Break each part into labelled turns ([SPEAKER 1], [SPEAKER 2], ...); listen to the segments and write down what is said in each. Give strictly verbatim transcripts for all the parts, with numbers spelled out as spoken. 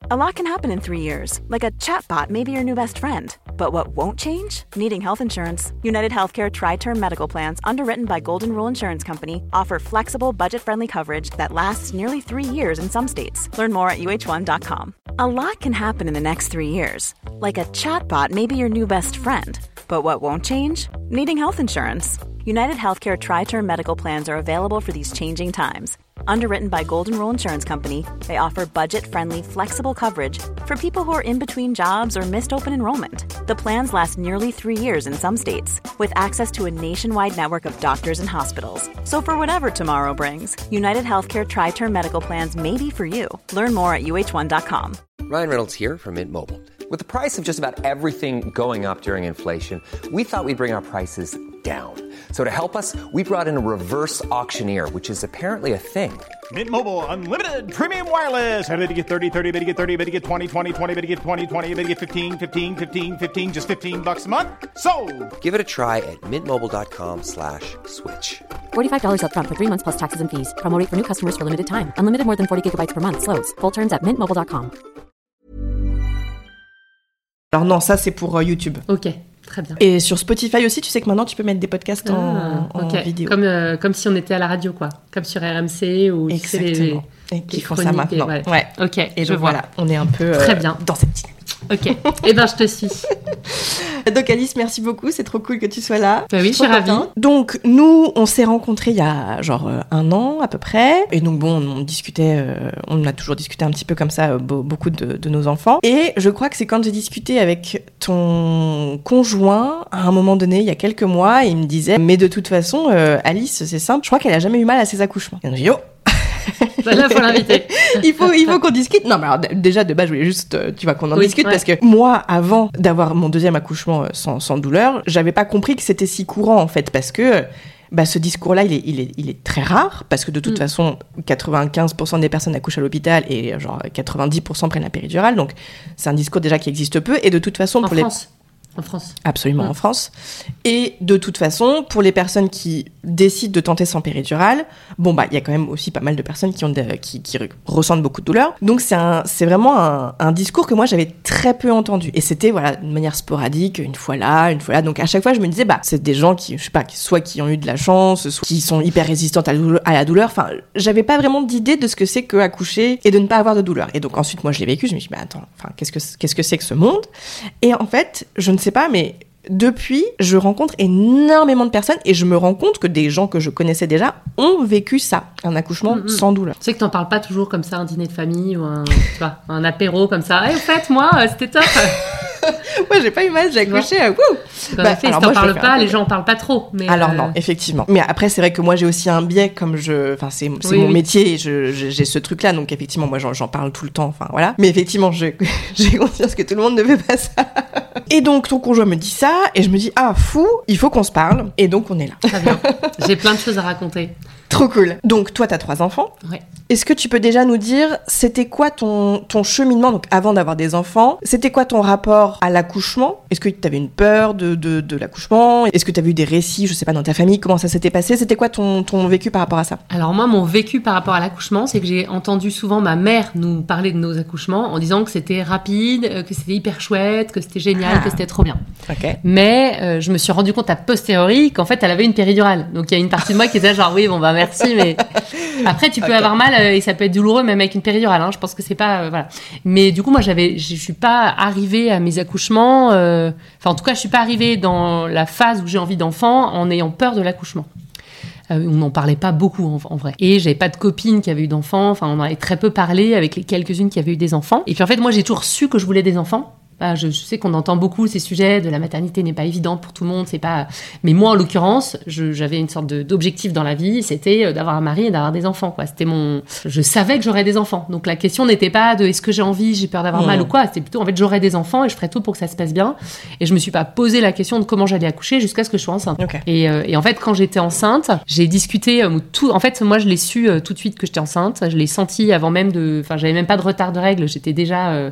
[SPEAKER 1] A lot can happen in three years, like a chatbot may be your new best friend. But what won't change? Needing health insurance. United Healthcare Tri-Term Medical Plans, underwritten by Golden Rule Insurance Company, offer flexible, budget-friendly coverage that lasts nearly three years in some states. Learn more at U H one dot com. A lot can happen in the next three years, like a chatbot may be your new best friend. But what won't change? Needing health insurance. United Healthcare Tri-Term Medical Plans are available for these changing times. Underwritten by Golden Rule Insurance Company, they offer budget-friendly, flexible coverage for people who are in between jobs or missed open enrollment. The plans last nearly three years in some states, with access to a nationwide network of doctors and hospitals. So for whatever tomorrow brings, United Healthcare Tri-Term Medical Plans may be for you. Learn more at U H one dot com.
[SPEAKER 2] Ryan Reynolds here from Mint Mobile. With the price of just about everything going up during inflation, we thought we'd bring our prices down. So to help us, we brought in a reverse auctioneer, which is apparently a thing.
[SPEAKER 3] Mint Mobile Unlimited Premium Wireless. How to get thirty, thirty, how to get thirty, how to get twenty, twenty, twenty, how to get twenty, twenty, how to get fifteen, fifteen, fifteen, fifteen, just fifteen bucks a month? Sold!
[SPEAKER 2] Give it a try at mintmobile.com slash switch.
[SPEAKER 4] forty-five dollars up front for three months plus taxes and fees. Promo rate for new customers for limited time. Unlimited more than forty gigabytes per month. Slows full terms at mint mobile dot com.
[SPEAKER 5] Alors non, ça c'est pour euh, YouTube.
[SPEAKER 6] Ok, très bien.
[SPEAKER 5] Et sur Spotify aussi, tu sais que maintenant tu peux mettre des podcasts en,
[SPEAKER 6] ah,
[SPEAKER 5] en
[SPEAKER 6] okay.
[SPEAKER 5] vidéo.
[SPEAKER 6] Comme, euh, comme si on était à la radio, quoi. Comme sur R M C ou tu sais, les,
[SPEAKER 5] et qui font ça maintenant.
[SPEAKER 6] Et, ouais.
[SPEAKER 5] ouais.
[SPEAKER 6] Ok,
[SPEAKER 5] et
[SPEAKER 6] je
[SPEAKER 5] donc
[SPEAKER 6] vois.
[SPEAKER 5] Voilà, on est un peu euh,
[SPEAKER 6] très bien.
[SPEAKER 5] dans cette dynamique.
[SPEAKER 6] Ok, eh ben je te suis.
[SPEAKER 5] Donc Alice, merci beaucoup, c'est trop cool que tu sois là.
[SPEAKER 6] Bah oui, je suis ravie.
[SPEAKER 5] Donc nous, on s'est rencontrés il y a genre euh, un an à peu près. Et donc bon, on, on discutait, euh, on a toujours discuté un petit peu comme ça, euh, be- beaucoup de, de nos enfants. Et je crois que c'est quand j'ai discuté avec ton conjoint, à un moment donné, il y a quelques mois, il me disait, mais de toute façon, euh, Alice, c'est simple, je crois qu'elle a jamais eu mal à ses accouchements. Et donc j'ai dit, oh
[SPEAKER 6] Là, faut l'inviter.
[SPEAKER 5] il faut, il faut qu'on discute. Non, mais alors, déjà, de base, je voulais juste, tu vois, qu'on en
[SPEAKER 6] oui,
[SPEAKER 5] discute
[SPEAKER 6] ouais.
[SPEAKER 5] parce que moi, avant d'avoir mon deuxième accouchement sans, sans douleur, j'avais pas compris que c'était si courant, en fait, parce que, bah, ce discours-là, il est, il est, il est très rare parce que de toute mm. façon, quatre-vingt-quinze pour cent des personnes accouchent à l'hôpital et genre quatre-vingt-dix pour cent prennent la péridurale. Donc, c'est un discours déjà qui existe peu et de toute façon,
[SPEAKER 6] en
[SPEAKER 5] pour
[SPEAKER 6] France.
[SPEAKER 5] les.
[SPEAKER 6] En France.
[SPEAKER 5] Absolument, mmh. en France. Et de toute façon, pour les personnes qui décident de tenter sans péridurale, bon, bah, il y a quand même aussi pas mal de personnes qui, ont de, qui, qui ressentent beaucoup de douleur. Donc, c'est, un, c'est vraiment un, un discours que moi, j'avais très peu entendu. Et c'était, voilà, de manière sporadique, une fois là, une fois là. Donc, à chaque fois, je me disais, bah, c'est des gens qui, je sais pas, soit qui ont eu de la chance, soit qui sont hyper résistantes à la douleur. À la douleur. Enfin, j'avais pas vraiment d'idée de ce que c'est que accoucher et de ne pas avoir de douleur. Et donc, ensuite, moi, je l'ai vécu. Je me suis dit, bah, attends, enfin, qu'est-ce que, qu'est-ce que c'est que ce monde? Et en fait, je ne sais pas, mais depuis, je rencontre énormément de personnes et je me rends compte que des gens que je connaissais déjà ont vécu ça, un accouchement mmh, sans douleur.
[SPEAKER 6] Tu sais que t'en parles pas toujours comme ça, un dîner de famille ou un, tu vois, un apéro comme ça. Et hey, en fait, moi, c'était top.
[SPEAKER 5] Moi, j'ai pas eu mal, j'ai accouché. Ouais. Wouh.
[SPEAKER 6] Bah, bah, fait, alors, si t'en parles pas, les gens en parlent pas trop. Mais
[SPEAKER 5] alors
[SPEAKER 6] euh...
[SPEAKER 5] non, effectivement. Mais après, c'est vrai que moi, j'ai aussi un biais, comme je, enfin, c'est, c'est oui, mon oui. métier, et je, je, j'ai ce truc-là, donc effectivement, moi, j'en, j'en parle tout le temps. Enfin, voilà. Mais effectivement, je, j'ai conscience que tout le monde ne fait pas ça. Et donc, ton conjoint me dit ça, et je me dis, ah, fou, il faut qu'on se parle. Et donc, on est là.
[SPEAKER 6] Très bien. J'ai plein de choses à raconter.
[SPEAKER 5] Trop cool. Donc, toi, t'as trois enfants.
[SPEAKER 6] Ouais.
[SPEAKER 5] Est-ce que tu peux déjà nous dire, c'était quoi ton, ton cheminement, donc avant d'avoir des enfants, c'était quoi ton rapport à l'accouchement? Est-ce que t'avais une peur de, de, de l'accouchement? Est-ce que t'avais eu des récits, je sais pas, dans ta famille, comment ça s'était passé? C'était quoi ton, ton vécu par rapport à ça?
[SPEAKER 6] Alors moi, mon vécu par rapport à l'accouchement, c'est que j'ai entendu souvent ma mère nous parler de nos accouchements en disant que c'était rapide, que c'était hyper chouette, que c'était génial, ah. que c'était trop bien.
[SPEAKER 5] Okay.
[SPEAKER 6] Mais euh, je me suis rendu compte a posteriori qu'en fait, elle avait une péridurale. Donc il y a une partie de moi qui était genre, oui, bon bah merci, mais après tu peux okay. avoir mal euh, et ça peut être douloureux même avec une péridurale. Hein. Je pense que c'est pas euh, voilà. Mais du coup, moi, j'avais, je suis pas arrivée à mes accouchements. Euh, enfin, en tout cas, je suis pas arrivée dans la phase où j'ai envie d'enfant en ayant peur de l'accouchement. Euh, on n'en parlait pas beaucoup en, en vrai. Et j'avais pas de copines qui avaient eu d'enfants. Enfin, on en avait très peu parlé avec les quelques-unes qui avaient eu des enfants. Et puis en fait, moi, j'ai toujours su que je voulais des enfants. Ah, je, je sais qu'on entend beaucoup ces sujets de la maternité n'est pas évidente pour tout le monde, c'est pas. Mais moi, en l'occurrence, je, j'avais une sorte de, d'objectif dans la vie, c'était d'avoir un mari et d'avoir des enfants, quoi. C'était mon. Je savais que j'aurais des enfants, donc la question n'était pas de est-ce que j'ai envie, j'ai peur d'avoir mmh. mal ou quoi. C'était plutôt en fait j'aurais des enfants et je ferais tout pour que ça se passe bien. Et je me suis pas posé la question de comment j'allais accoucher jusqu'à ce que je sois enceinte.
[SPEAKER 5] Okay.
[SPEAKER 6] Et, euh, et en fait, quand j'étais enceinte, j'ai discuté euh, tout. En fait, moi, je l'ai su euh, tout de suite que j'étais enceinte. Je l'ai senti avant même de. Enfin, j'avais même pas de retard de règles. J'étais déjà. Euh,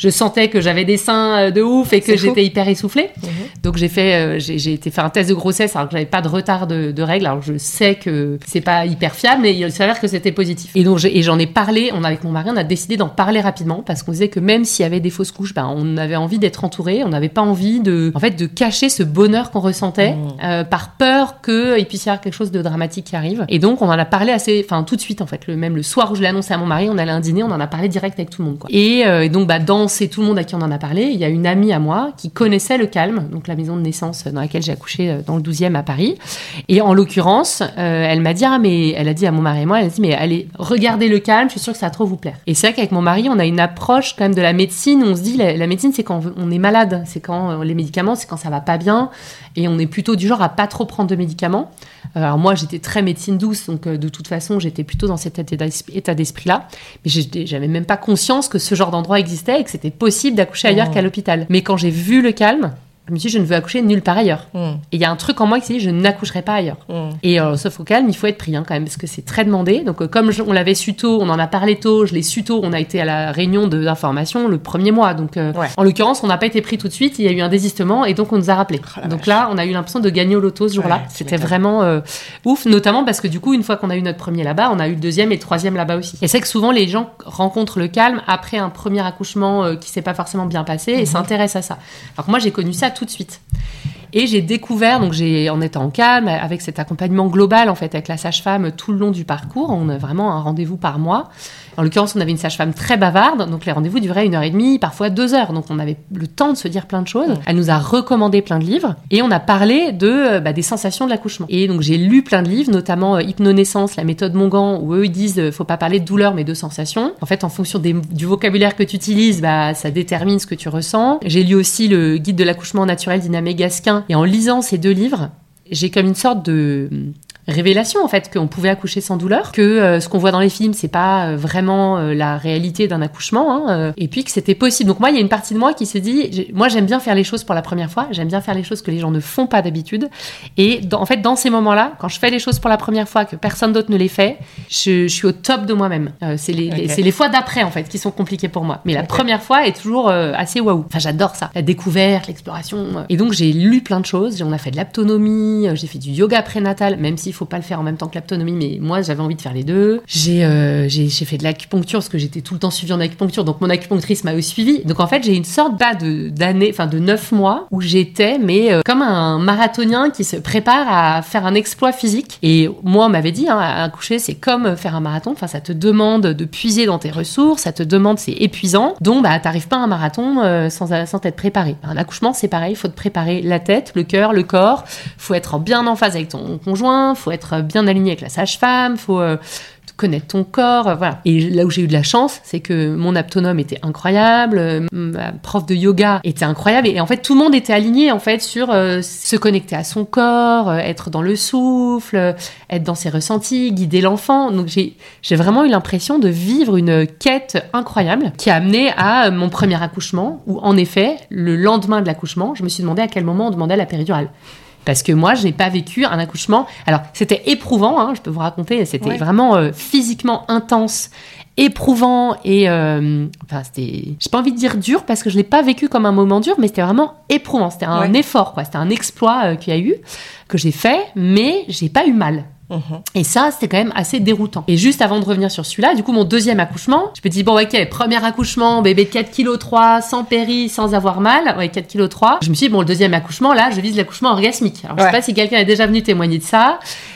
[SPEAKER 6] je sentais que j'avais des seins de ouf et que
[SPEAKER 5] C'est
[SPEAKER 6] j'étais
[SPEAKER 5] fou.
[SPEAKER 6] hyper essoufflée. Mmh. Donc j'ai fait, euh, j'ai, j'ai été faire un test de grossesse alors que j'avais pas de retard de, de règles. Alors je sais que c'est pas hyper fiable, mais il s'avère que c'était positif. Et donc j'ai, et j'en ai parlé. On avec mon mari, on a décidé d'en parler rapidement parce qu'on disait que même s'il y avait des fausses couches, ben on avait envie d'être entouré. On n'avait pas envie de, en fait, de cacher ce bonheur qu'on ressentait mmh. euh, par peur que il puisse y avoir quelque chose de dramatique qui arrive. Et donc on en a parlé assez, enfin tout de suite en fait. Le même le soir où je l'ai annoncé à mon mari, on allait à un dîner, on en a parlé direct avec tout le monde. Quoi. Et, euh, et donc bah dans c'est tout le monde à qui on en a parlé. Il y a une amie à moi qui connaissait le Calme, donc la maison de naissance dans laquelle j'ai accouché dans le douzième à Paris. Et en l'occurrence, euh, elle m'a dit ah mais elle a dit à mon mari et moi, elle a dit mais allez regardez le Calme, je suis sûre que ça va trop vous plaire. Et c'est vrai qu'avec mon mari, on a une approche quand même de la médecine. Où on se dit la, la médecine c'est quand on est malade, c'est quand euh, les médicaments, c'est quand ça va pas bien. Et on est plutôt du genre à pas trop prendre de médicaments. Euh, alors moi j'étais très médecine douce, donc euh, de toute façon j'étais plutôt dans cet état d'esprit-là. Mais j'avais même pas conscience que ce genre d'endroit existait et que c'était possible d'accoucher ailleurs mmh. qu'à l'hôpital. Mais quand j'ai vu le Calme, je me suis dit, je ne veux accoucher nulle part ailleurs. Mm. Et il y a un truc en moi qui s'est dit, je n'accoucherai pas ailleurs. Mm. Et euh, sauf au Calme, il faut être pris hein, quand même, parce que c'est très demandé. Donc, euh, comme je, on l'avait su tôt, on en a parlé tôt, je l'ai su tôt, on a été à la réunion de, d'information le premier mois. Donc, euh, ouais. en l'occurrence, on n'a pas été pris tout de suite, il y a eu un désistement, et donc on nous a rappelés. Oh, donc vache. Là, on a eu l'impression de gagner au loto ce jour-là. Ouais, C'était vraiment euh, ouf, notamment parce que du coup, une fois qu'on a eu notre premier là-bas, on a eu le deuxième et le troisième là-bas aussi. Et c'est que souvent, les gens rencontrent le Calme après un premier accouchement euh, qui s'est pas forcément bien passé, mm-hmm. et s'intéressent à ça. Alors que moi, j'ai connu ça tout de suite. Et j'ai découvert, donc j'ai, en étant en Calme, avec cet accompagnement global, en fait, avec la sage-femme tout le long du parcours, on a vraiment un rendez-vous par mois. En l'occurrence, on avait une sage-femme très bavarde, donc les rendez-vous duraient une heure et demie, parfois deux heures. Donc on avait le temps de se dire plein de choses. Elle nous a recommandé plein de livres et on a parlé de, bah, des sensations de l'accouchement. Et donc j'ai lu plein de livres, notamment euh, Hypnonaissance, la méthode Mongan, où eux ils disent euh, faut pas parler de douleur mais de sensations. En fait, en fonction des, du vocabulaire que tu utilises, bah, ça détermine ce que tu ressens. J'ai lu aussi le guide de l'accouchement naturel d'Ina May Gaskin. Et en lisant ces deux livres, j'ai comme une sorte de révélation en fait qu'on pouvait accoucher sans douleur, que euh, ce qu'on voit dans les films c'est pas euh, vraiment euh, la réalité d'un accouchement hein, euh, et puis que c'était possible. Donc moi il y a une partie de moi qui se dit moi j'aime bien faire les choses pour la première fois, j'aime bien faire les choses que les gens ne font pas d'habitude et dans, en fait dans ces moments-là quand je fais les choses pour la première fois que personne d'autre ne les fait, je, je suis au top de moi-même. Euh, c'est, les, okay. les, c'est les fois d'après en fait qui sont compliquées pour moi, mais la okay. première fois est toujours euh, assez waouh. Enfin j'adore ça, la découverte, l'exploration euh. Et donc j'ai lu plein de choses, on a fait de l'aptonomie, j'ai fait du yoga prénatal, même si il faut pas le faire en même temps que l'aptonomie, mais moi j'avais envie de faire les deux. J'ai, euh, j'ai, j'ai fait de l'acupuncture parce que j'étais tout le temps suivie en acupuncture, donc mon acupunctrice m'a aussi suivie. Donc en fait j'ai une sorte bah, de d'année, enfin de neuf mois où j'étais mais euh, comme un marathonien qui se prépare à faire un exploit physique. Et moi on m'avait dit, hein, accoucher c'est comme faire un marathon. Enfin ça te demande de puiser dans tes ressources, ça te demande, c'est épuisant. Donc bah t'arrives pas à un marathon euh, sans sans t'être préparé. Un accouchement c'est pareil, il faut te préparer la tête, le cœur, le corps. Faut être bien en phase avec ton conjoint, faut être bien aligné avec la sage-femme, faut euh, connaître ton corps, euh, voilà. Et là où j'ai eu de la chance, c'est que mon aptonome était incroyable, euh, ma prof de yoga était incroyable, et en fait tout le monde était aligné en fait sur euh, se connecter à son corps, euh, être dans le souffle, euh, être dans ses ressentis, guider l'enfant. Donc j'ai j'ai vraiment eu l'impression de vivre une quête incroyable qui a amené à euh, mon premier accouchement, où en effet le lendemain de l'accouchement, je me suis demandé à quel moment on demandait la péridurale. Parce que moi, je n'ai pas vécu un accouchement. Alors, c'était éprouvant, hein, je peux vous raconter. C'était ouais. vraiment euh, physiquement intense, éprouvant et... Euh, enfin, c'était... J'ai pas envie de dire dur parce que je l'ai pas vécu comme un moment dur, mais c'était vraiment éprouvant. C'était un ouais. effort, quoi. C'était un exploit euh, qu'il y a eu, que j'ai fait, mais j'ai pas eu mal. Mmh. Et ça, c'était quand même assez déroutant. Et juste avant de revenir sur celui-là, du coup, mon deuxième accouchement, je me dis, bon, ok, premier accouchement, bébé de quatre virgule trois kilos, sans péri, sans avoir mal, ouais, quatre virgule trois kilos. Je me suis dit, bon, le deuxième accouchement, là, je vise l'accouchement orgasmique. Alors, je ouais. sais pas si quelqu'un est déjà venu témoigner de ça.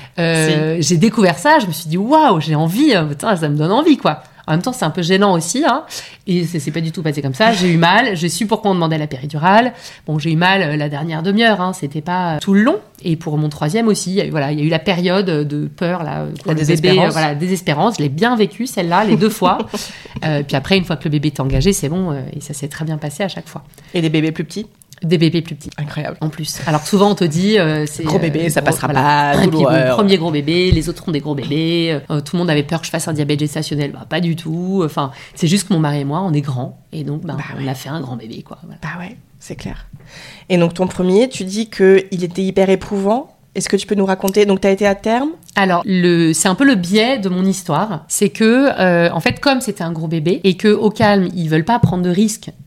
[SPEAKER 6] Euh, si. J'ai découvert ça, je me suis dit, waouh, j'ai envie, hein, putain, ça me donne envie, quoi. En même temps, c'est un peu gênant aussi, hein. Et c'est, c'est pas du tout passé comme ça. J'ai eu mal. J'ai su pourquoi on demandait la péridurale. Bon, j'ai eu mal euh, la dernière demi-heure, hein. C'était pas tout le long. Et pour mon troisième aussi, il y a eu, voilà, il y a eu la période de peur, là.
[SPEAKER 5] La désespérance.
[SPEAKER 6] Bébé, euh, voilà, désespérance. Je l'ai bien vécu, celle-là, les deux fois. euh, puis après, une fois que le bébé est engagé, c'est bon. Euh, et ça s'est très bien passé à chaque fois.
[SPEAKER 5] Et des bébés plus petits?
[SPEAKER 6] Des bébés plus petits.
[SPEAKER 5] Incroyable.
[SPEAKER 6] En plus. Alors souvent on te dit euh, c'est
[SPEAKER 5] gros bébé, euh, ça
[SPEAKER 6] gros,
[SPEAKER 5] passera
[SPEAKER 6] voilà.
[SPEAKER 5] pas.
[SPEAKER 6] Et puis, bon, premier gros bébé, les autres ont des gros bébés. Euh, tout le monde avait peur que je fasse un diabète gestationnel. Bah pas du tout. Enfin, c'est juste que mon mari et moi, on est grands et donc bah, bah on ouais. a fait un grand bébé quoi. Voilà.
[SPEAKER 5] Bah ouais, c'est clair. Et donc ton premier, tu dis que il était hyper éprouvant. Est-ce que tu peux nous raconter? Donc, tu as été à terme?
[SPEAKER 6] Alors, le, c'est un peu le biais de mon histoire. C'est que, euh, en fait, comme c'était un gros bébé et que au Calme, ils veulent pas prendre de risques,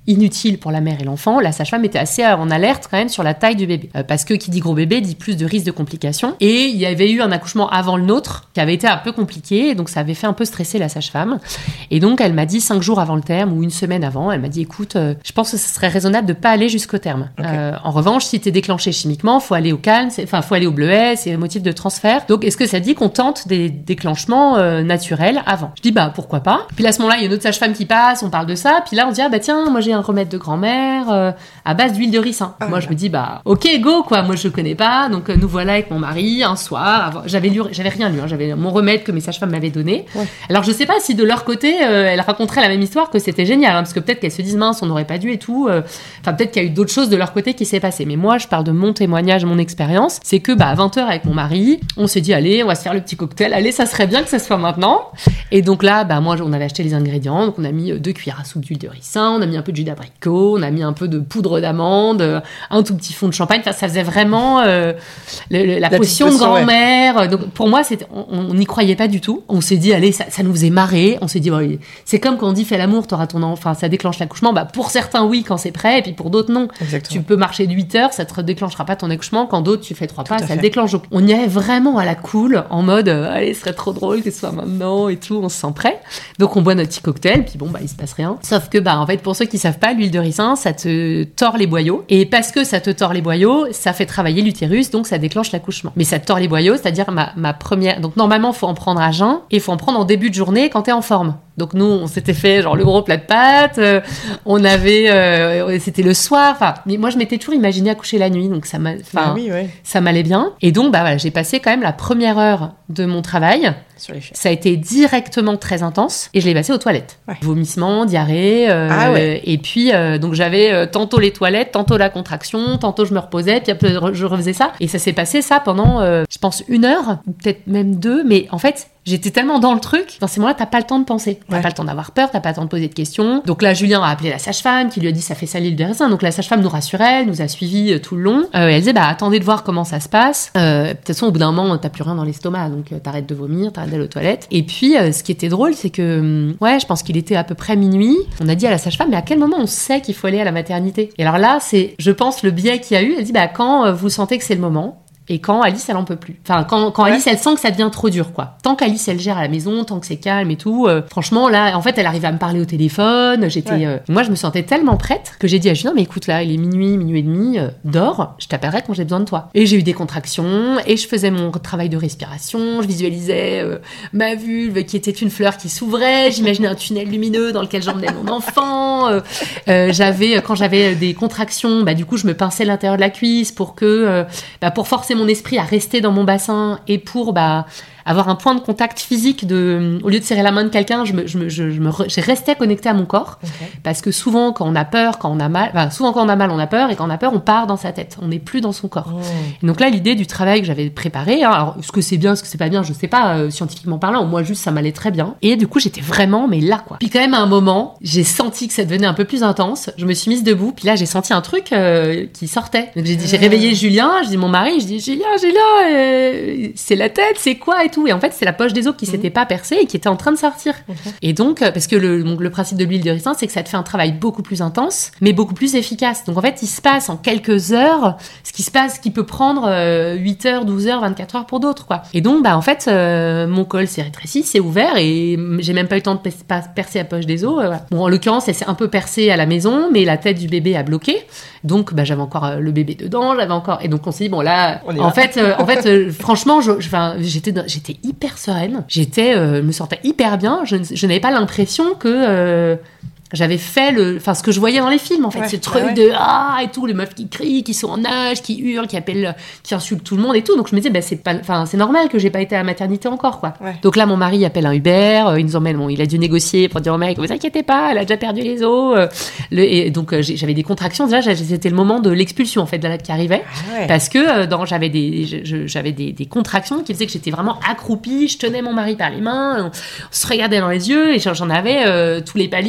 [SPEAKER 6] inutile pour la mère et l'enfant, la sage-femme était assez en alerte quand même sur la taille du bébé. Euh, parce que qui dit gros bébé dit plus de risque de complications. Et il y avait eu un accouchement avant le nôtre qui avait été un peu compliqué, et donc ça avait fait un peu stresser la sage-femme. Et donc elle m'a dit cinq jours avant le terme ou une semaine avant, elle m'a dit écoute, euh, je pense que ce serait raisonnable de pas aller jusqu'au terme. Okay. Euh, en revanche, si t'es déclenché chimiquement, faut aller au calme, enfin faut aller au bleuet, c'est un motif de transfert. Donc est-ce que ça dit qu'on tente des déclenchements euh, naturels avant? Je dis bah pourquoi pas. Puis là, à ce moment-là, il y a une autre sage-femme qui passe, on parle de ça, puis là on dit ah bah tiens, moi j'ai un remède de grand-mère euh, à base d'huile de ricin. Ah, moi je me dis bah ok go quoi, moi je connais pas, donc euh, nous voilà avec mon mari un soir. Avant, j'avais lu, j'avais rien lu, hein, j'avais mon remède que mes sages-femmes m'avaient donné. Ouais. Alors je sais pas si de leur côté euh, elles raconteraient la même histoire, que c'était génial, hein, parce que peut-être qu'elles se disent mince, on n'aurait pas dû et tout. Enfin euh, peut-être qu'il y a eu d'autres choses de leur côté qui s'est passé. Mais moi je parle de mon témoignage, mon expérience, c'est que bah à vingt heures avec mon mari, on s'est dit allez, on va se faire le petit cocktail, allez ça serait bien que ça soit maintenant. Et donc là bah moi on avait acheté les ingrédients, donc on a mis deux cuillères à soupe d'huile de ricin, on a mis un peu de jus d'abricot, on a mis un peu de poudre d'amande, un tout petit fond de champagne. Enfin, ça faisait vraiment euh, le, le, la, la potion de grand-mère. Ouais. Donc pour moi, c'était, on n'y croyait pas du tout. On s'est dit, allez, ça, ça nous faisait marrer. On s'est dit, bon, c'est comme quand on dit fais l'amour, t'auras ton enfant. Enfin, ça déclenche l'accouchement. Bah pour certains oui quand c'est prêt, et puis pour d'autres non. Exactement. Tu peux marcher de huit heures, ça te déclenchera pas ton accouchement. Quand d'autres tu fais trois pas, ça le déclenche. Donc, on y allait vraiment à la cool, en mode, euh, allez, ce serait trop drôle que ce soit maintenant et tout. On se sent prêt. Donc on boit notre petit cocktail, puis bon bah il se passe rien. Sauf que bah en fait pour ceux qui savent pas, l'huile de ricin ça te tord les boyaux, et parce que ça te tord les boyaux, ça fait travailler l'utérus, donc ça déclenche l'accouchement. Mais ça te tord les boyaux, c'est-à-dire ma, ma première. Donc normalement faut en prendre à jeun, et faut en prendre en début de journée quand t'es en forme. Donc nous on s'était fait genre le gros plat de pâtes, euh, on avait, euh, c'était le soir. Enfin, mais moi je m'étais toujours imaginé accoucher la nuit, donc ça m'a, enfin ah oui, ouais. ça m'allait bien. Et donc bah voilà, j'ai passé quand même la première heure de mon travail. Sur les ça a été directement très intense, et je l'ai passé aux toilettes. Ouais. Vomissements, diarrhée, euh, ah ouais. et puis euh, donc j'avais euh, tantôt les toilettes, tantôt la contraction, tantôt je me reposais, puis après je refaisais ça, et ça s'est passé ça pendant, euh, je pense une heure, ou peut-être même deux, mais en fait j'étais tellement dans le truc, dans ces moments-là, t'as pas le temps de penser. T'as ouais. pas le temps d'avoir peur, t'as pas le temps de poser de questions. Donc là, Julien a appelé la sage-femme, qui lui a dit ça fait salir le ricin. Donc la sage-femme nous rassurait, elle nous a suivis euh, tout le long. Euh, elle disait bah attendez de voir comment ça se passe. Euh, de toute façon, au bout d'un moment, t'as plus rien dans l'estomac, donc euh, t'arrêtes de vomir, t'arrêtes d'aller aux toilettes. Et puis, euh, ce qui était drôle, c'est que ouais, je pense qu'il était à peu près minuit. On a dit à la sage-femme mais à quel moment on sait qu'il faut aller à la maternité? Et alors là, c'est, je pense, le biais qu'il y a eu. Elle dit bah quand euh, vous sentez que c'est le moment. Et quand Alice, elle en peut plus. Enfin, quand, quand ouais. Alice, elle sent que ça devient trop dur, quoi. Tant qu'Alice, elle gère à la maison, tant que c'est calme et tout, euh, franchement, là, en fait, elle arrive à me parler au téléphone. J'étais, ouais. euh, moi, je me sentais tellement prête que j'ai dit à Julien, mais écoute, là, il est minuit, minuit et demi, euh, dors, je t'appellerai quand j'ai besoin de toi. Et j'ai eu des contractions, et je faisais mon travail de respiration, je visualisais euh, ma vulve qui était une fleur qui s'ouvrait, j'imaginais un tunnel lumineux dans lequel j'emmenais mon enfant. Euh, euh, j'avais, quand j'avais des contractions, bah, du coup, je me pinçais l'intérieur de la cuisse pour que, euh, bah, pour forcer mon esprit à rester dans mon bassin, et pour bah avoir un point de contact physique de, au lieu de serrer la main de quelqu'un, je me, je me, je, je me, je restais connectée à mon corps. Okay. Parce que souvent, quand on a peur, quand on a mal, enfin, souvent quand on a mal, on a peur, et quand on a peur, on part dans sa tête. On n'est plus dans son corps. Oh. Et donc là, l'idée du travail que j'avais préparé, hein, alors, ce que c'est bien, ce que c'est pas bien, je sais pas, euh, scientifiquement parlant, moi, juste, ça m'allait très bien. Et du coup, j'étais vraiment, mais là, quoi. Puis quand même, à un moment, j'ai senti que ça devenait un peu plus intense. Je me suis mise debout, puis là, j'ai senti un truc euh, qui sortait. Donc j'ai dit, j'ai réveillé Julien, je dis mon mari, je dis, Julien, Julien, euh, c'est la tête, c'est quoi et tout. Et en fait, c'est la poche des os qui mmh. s'était pas percée et qui était en train de sortir. Mmh. Et donc, parce que le, donc, le principe de l'huile de ricin, c'est que ça te fait un travail beaucoup plus intense, mais beaucoup plus efficace. Donc en fait, il se passe en quelques heures ce qui se passe, ce qui peut prendre euh, huit heures, douze heures, vingt-quatre heures pour d'autres, quoi. Et donc, bah en fait, euh, mon col s'est rétréci, s'est ouvert, et j'ai même pas eu le temps de pe- percer la poche des os. Euh, voilà. Bon, en l'occurrence, elle s'est un peu percée à la maison, mais la tête du bébé a bloqué. Donc, bah j'avais encore euh, le bébé dedans, j'avais encore. Et donc on s'est dit bon là, en là. fait, euh, en fait, euh, franchement, je, je, j'étais, j'étais hyper sereine, j'étais, euh, me sentais hyper bien. Je, je n'avais pas l'impression que euh, j'avais fait le, enfin ce que je voyais dans les films en fait, ouais, ce truc ouais. de ah et tout, les meufs qui crient, qui sont en nage, qui hurlent, qui appellent, qui insultent tout le monde et tout. Donc je me disais bah c'est pas, enfin c'est normal que j'ai pas été à la maternité encore, quoi. Ouais. Donc là mon mari appelle un Uber, euh, il nous emmène, bon il a dû négocier pour dire au mec vous inquiétez pas, elle a déjà perdu les os. Euh, le, et donc euh, j'avais des contractions déjà, c'était le moment de l'expulsion en fait de la qui arrivait, ah ouais. parce que euh, dans j'avais des, je, j'avais des, des contractions qui faisaient que j'étais vraiment accroupie, je tenais mon mari par les mains, on, on se regardait dans les yeux et j'en, j'en avais euh, tous les paliers.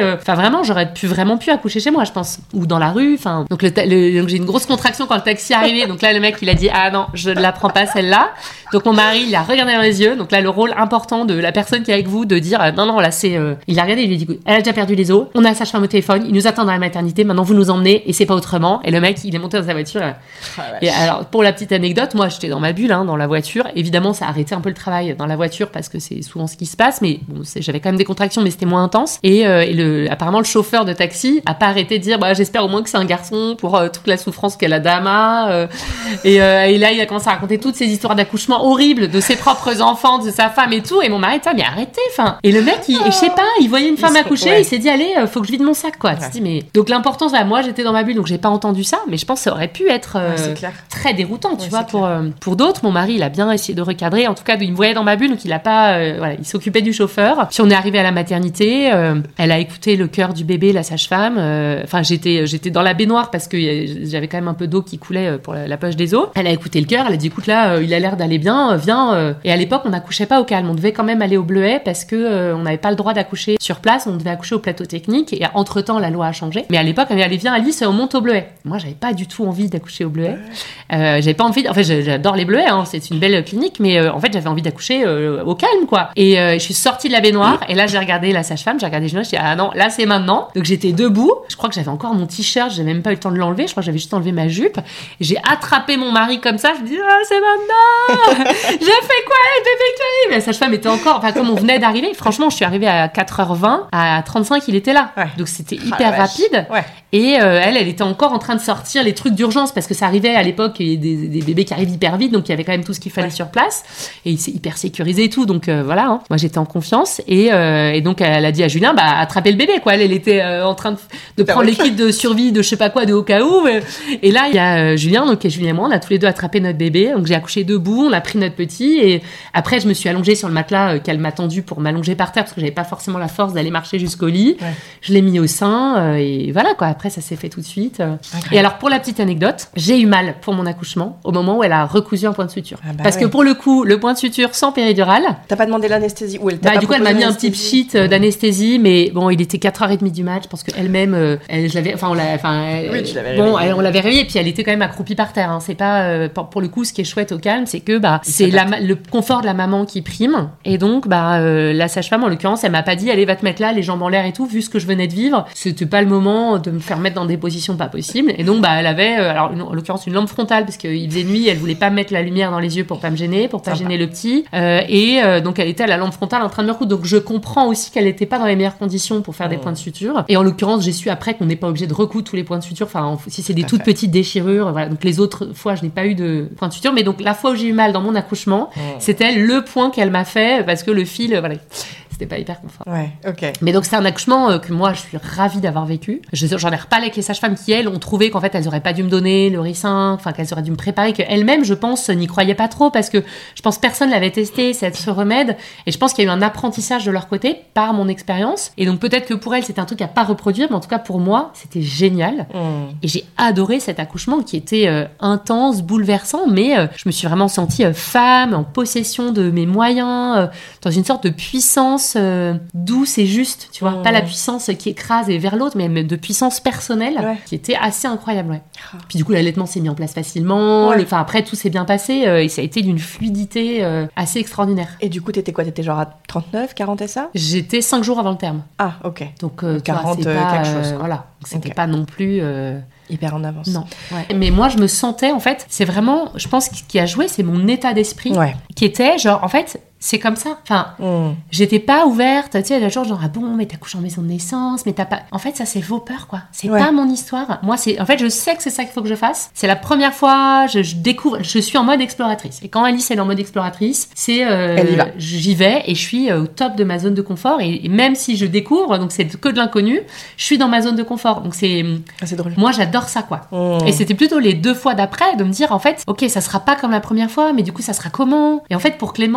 [SPEAKER 6] Enfin, euh, vraiment, j'aurais pu vraiment pu accoucher chez moi, je pense, ou dans la rue. Enfin, donc, le ta- le, donc j'ai une grosse contraction quand le taxi est arrivé. Donc là, le mec, il a dit ah non, je ne la prends pas celle-là. Donc mon mari, il a regardé dans les yeux. Donc là, le rôle important de la personne qui est avec vous, de dire euh, non non, là c'est, euh... il a regardé, il lui a dit elle a déjà perdu les os. On a la sage-femme au téléphone, il nous attend dans la maternité. Maintenant, vous nous emmenez et c'est pas autrement. Et le mec, il est monté dans sa voiture. Oh, et alors, pour la petite anecdote, moi, j'étais dans ma bulle, hein, dans la voiture. Évidemment, ça a arrêté un peu le travail dans la voiture parce que c'est souvent ce qui se passe. Mais bon, c'est, j'avais quand même des contractions, mais c'était moins intense. Et, euh, et le, apparemment, le chauffeur de taxi a pas arrêté de dire, bah, j'espère au moins que c'est un garçon pour euh, toute la souffrance qu'elle a d'Ama. Euh, et, euh, et là, il a commencé à raconter toutes ces histoires d'accouchement horribles de ses propres enfants, de sa femme et tout. Et mon mari était, mais arrêtez, enfin. Et le mec, il, et je sais pas, il voyait une femme
[SPEAKER 5] il
[SPEAKER 6] accoucher,
[SPEAKER 5] ouais.
[SPEAKER 6] il s'est dit, allez, euh, faut que je vide mon sac, quoi. Ouais. Tu te dis, mais donc l'importance, là, moi, j'étais dans ma bulle, donc j'ai pas entendu ça, mais je pense que ça aurait pu être euh,
[SPEAKER 5] ouais,
[SPEAKER 6] très déroutant, tu
[SPEAKER 5] ouais,
[SPEAKER 6] vois, pour euh, pour d'autres. Mon mari, il a bien essayé de recadrer. En tout cas, il me voyait dans ma bulle, donc il a pas, euh, voilà, il s'occupait du chauffeur. Puis on est arrivé à la maternité. Euh, elle a écouté le cœur du bébé, la sage-femme. Enfin, euh, j'étais j'étais dans la baignoire parce que j'avais quand même un peu d'eau qui coulait pour la, la poche des os. Elle a écouté le cœur. Elle a dit, écoute là, euh, il a l'air d'aller bien, euh, viens. Euh. Et à l'époque, on n'accouchait pas au calme. On devait quand même aller au Bleuet parce que euh, on n'avait pas le droit d'accoucher sur place. On devait accoucher au plateau technique. Et entre temps, la loi a changé. Mais à l'époque, elle allait, viens Alice, on monte au Bleuet. Moi, j'avais pas du tout envie d'accoucher au Bleuet. Euh, j'avais pas envie. En fait, j'adore les Bleuets. Hein, c'est une belle clinique, mais euh, en fait, j'avais envie d'accoucher euh, au calme, quoi. Et euh, je suis sortie de la baignoire. Et là, j'ai regardé la sage-femme. J'ai regardé Julien. Je dis ah non, là c'est maintenant. Donc j'étais debout. Je crois que j'avais encore mon t-shirt. J'avais même pas eu le temps de l'enlever. Je crois que j'avais juste enlevé ma jupe. J'ai attrapé mon mari comme ça. Je me dis ah c'est maintenant. J'ai fait quoi, le bébé qui arrive. La sage-femme était encore. Enfin comme on venait d'arriver. Franchement, je suis arrivée à quatre heures vingt. À trente-cinq, il était là. Ouais. Donc c'était hyper ah, rapide. Ouais. Et euh, elle, elle était encore en train de sortir les trucs d'urgence parce que ça arrivait à l'époque des, des bébés qui arrivent hyper vite, donc il y avait quand même tout ce qu'il fallait ouais. sur place et il s'est hyper sécurisé et tout, donc euh, voilà. Hein. Moi j'étais en confiance et, euh, et donc elle a dit à Julien, bah attrapez le bébé quoi. Elle, elle était euh, en train de, de prendre les kits de survie de je sais pas quoi de au cas où. Euh, et là il y a euh, Julien, donc et Julien et moi, on a tous les deux attrapé notre bébé. Donc j'ai accouché debout, on a pris notre petit et après je me suis allongée sur le matelas euh, qu'elle m'a tendu pour m'allonger par terre parce que j'avais pas forcément la force d'aller marcher jusqu'au lit. Ouais. Je l'ai mis au sein euh, et voilà quoi. Après ça s'est fait tout de suite. Okay. Et alors pour la petite anecdote, j'ai eu mal pour mon accouchement au moment où elle a recousu un point de suture. Ah bah Parce ouais. que pour le coup, le point de suture sans péridurale.
[SPEAKER 5] T'as pas demandé l'anesthésie ou elle t'a
[SPEAKER 6] bah,
[SPEAKER 5] pas
[SPEAKER 6] Du coup, elle m'a mis un petit sheet euh, d'anesthésie, mais bon, il était quatre heures trente du match. Je pense qu'elle-même, euh, elle, je l'avais, enfin, on l'a, enfin,
[SPEAKER 5] oui, tu l'avais
[SPEAKER 6] bon, elle, on l'avait réveillée, puis elle était quand même accroupie par terre. Hein. C'est pas euh, pour, pour le coup, ce qui est chouette au calme, c'est que bah, c'est la, le confort de la maman qui prime, et donc bah, euh, la sage-femme, en l'occurrence, elle m'a pas dit, allez, va te mettre là, les jambes en l'air et tout, vu ce que je venais de vivre. C'était pas le moment de me faire mettre dans des positions pas possibles, et donc bah, elle avait, euh, alors, une, en l'occurrence, une lampe frontale parce qu'il faisait nuit, elle voulait pas mettre la lumière dans les yeux pour pas me gêner, pour pas Sympa. gêner le petit, euh, et euh, donc elle était à la lampe frontale en train de me recoudre. Donc je comprends aussi qu'elle était pas dans les meilleures conditions pour faire mmh. des points de suture. Et en l'occurrence, j'ai su après qu'on n'est pas obligé de recoudre tous les points de suture. Enfin, si c'est des Tout toutes fait. petites déchirures, voilà. Donc les autres fois, je n'ai pas eu de points de suture, mais donc la fois où j'ai eu mal dans mon accouchement, mmh. c'était le point qu'elle m'a fait parce que le fil, voilà. C'était pas hyper confort.
[SPEAKER 5] Ouais, ok.
[SPEAKER 6] Mais donc, c'est un accouchement euh, que moi, je suis ravie d'avoir vécu. Je, j'en ai reparlé avec les sages-femmes qui, elles, ont trouvé qu'en fait, elles auraient pas dû me donner le ricin, enfin, qu'elles auraient dû me préparer, qu'elles-mêmes, je pense, n'y croyaient pas trop parce que je pense personne l'avait testé, cette, ce remède. Et je pense qu'il y a eu un apprentissage de leur côté par mon expérience. Et donc, peut-être que pour elles, c'était un truc à pas reproduire, mais en tout cas, pour moi, c'était génial. Mmh. Et j'ai adoré cet accouchement qui était euh, intense, bouleversant, mais euh, je me suis vraiment sentie euh, femme, en possession de mes moyens, euh, dans une sorte de puissance Euh, douce et juste, tu vois, mmh. pas la puissance qui écrase et vers l'autre, mais de puissance personnelle, ouais. qui était assez incroyable, ouais. Oh. Puis du coup, l'allaitement s'est mis en place facilement, ouais. enfin après tout s'est bien passé euh, et ça a été d'une fluidité euh, assez extraordinaire.
[SPEAKER 5] Et du coup, t'étais quoi? T'étais genre à trente-neuf, quarante et ça?
[SPEAKER 6] J'étais cinq jours avant le terme.
[SPEAKER 5] Ah, ok.
[SPEAKER 6] Donc euh,
[SPEAKER 5] quarante,
[SPEAKER 6] vois, c'est pas,
[SPEAKER 5] quelque chose.
[SPEAKER 6] Euh, voilà, donc c'était
[SPEAKER 5] okay.
[SPEAKER 6] pas non plus euh...
[SPEAKER 5] hyper en avance.
[SPEAKER 6] Non. Ouais. Mais moi, je me sentais, en fait, c'est vraiment, je pense que ce qui a joué, c'est mon état d'esprit, ouais. qui était genre, en fait, c'est comme ça. Enfin, mm. j'étais pas ouverte, tu sais, le genre, genre, ah bon, mais t'accouches en maison de naissance, mais t'as pas. En fait, ça, c'est vos peurs, quoi. C'est ouais. pas mon histoire. Moi, c'est. En fait, je sais que c'est ça qu'il faut que je fasse. C'est la première fois, je, je découvre, je suis en mode exploratrice. Et quand Alice, elle est en mode exploratrice, c'est. Euh,
[SPEAKER 5] elle y va.
[SPEAKER 6] J'y vais et je suis au top de ma zone de confort. Et, et même si je découvre, donc c'est que de l'inconnu, je suis dans ma zone de confort. Donc c'est.
[SPEAKER 5] Ah, c'est drôle.
[SPEAKER 6] Moi, j'adore ça, quoi. Mm. Et c'était plutôt les deux fois d'après de me dire, en fait, ok, ça sera pas comme la première fois, mais du coup, ça sera comment? Et en fait, pour Clément, pour mon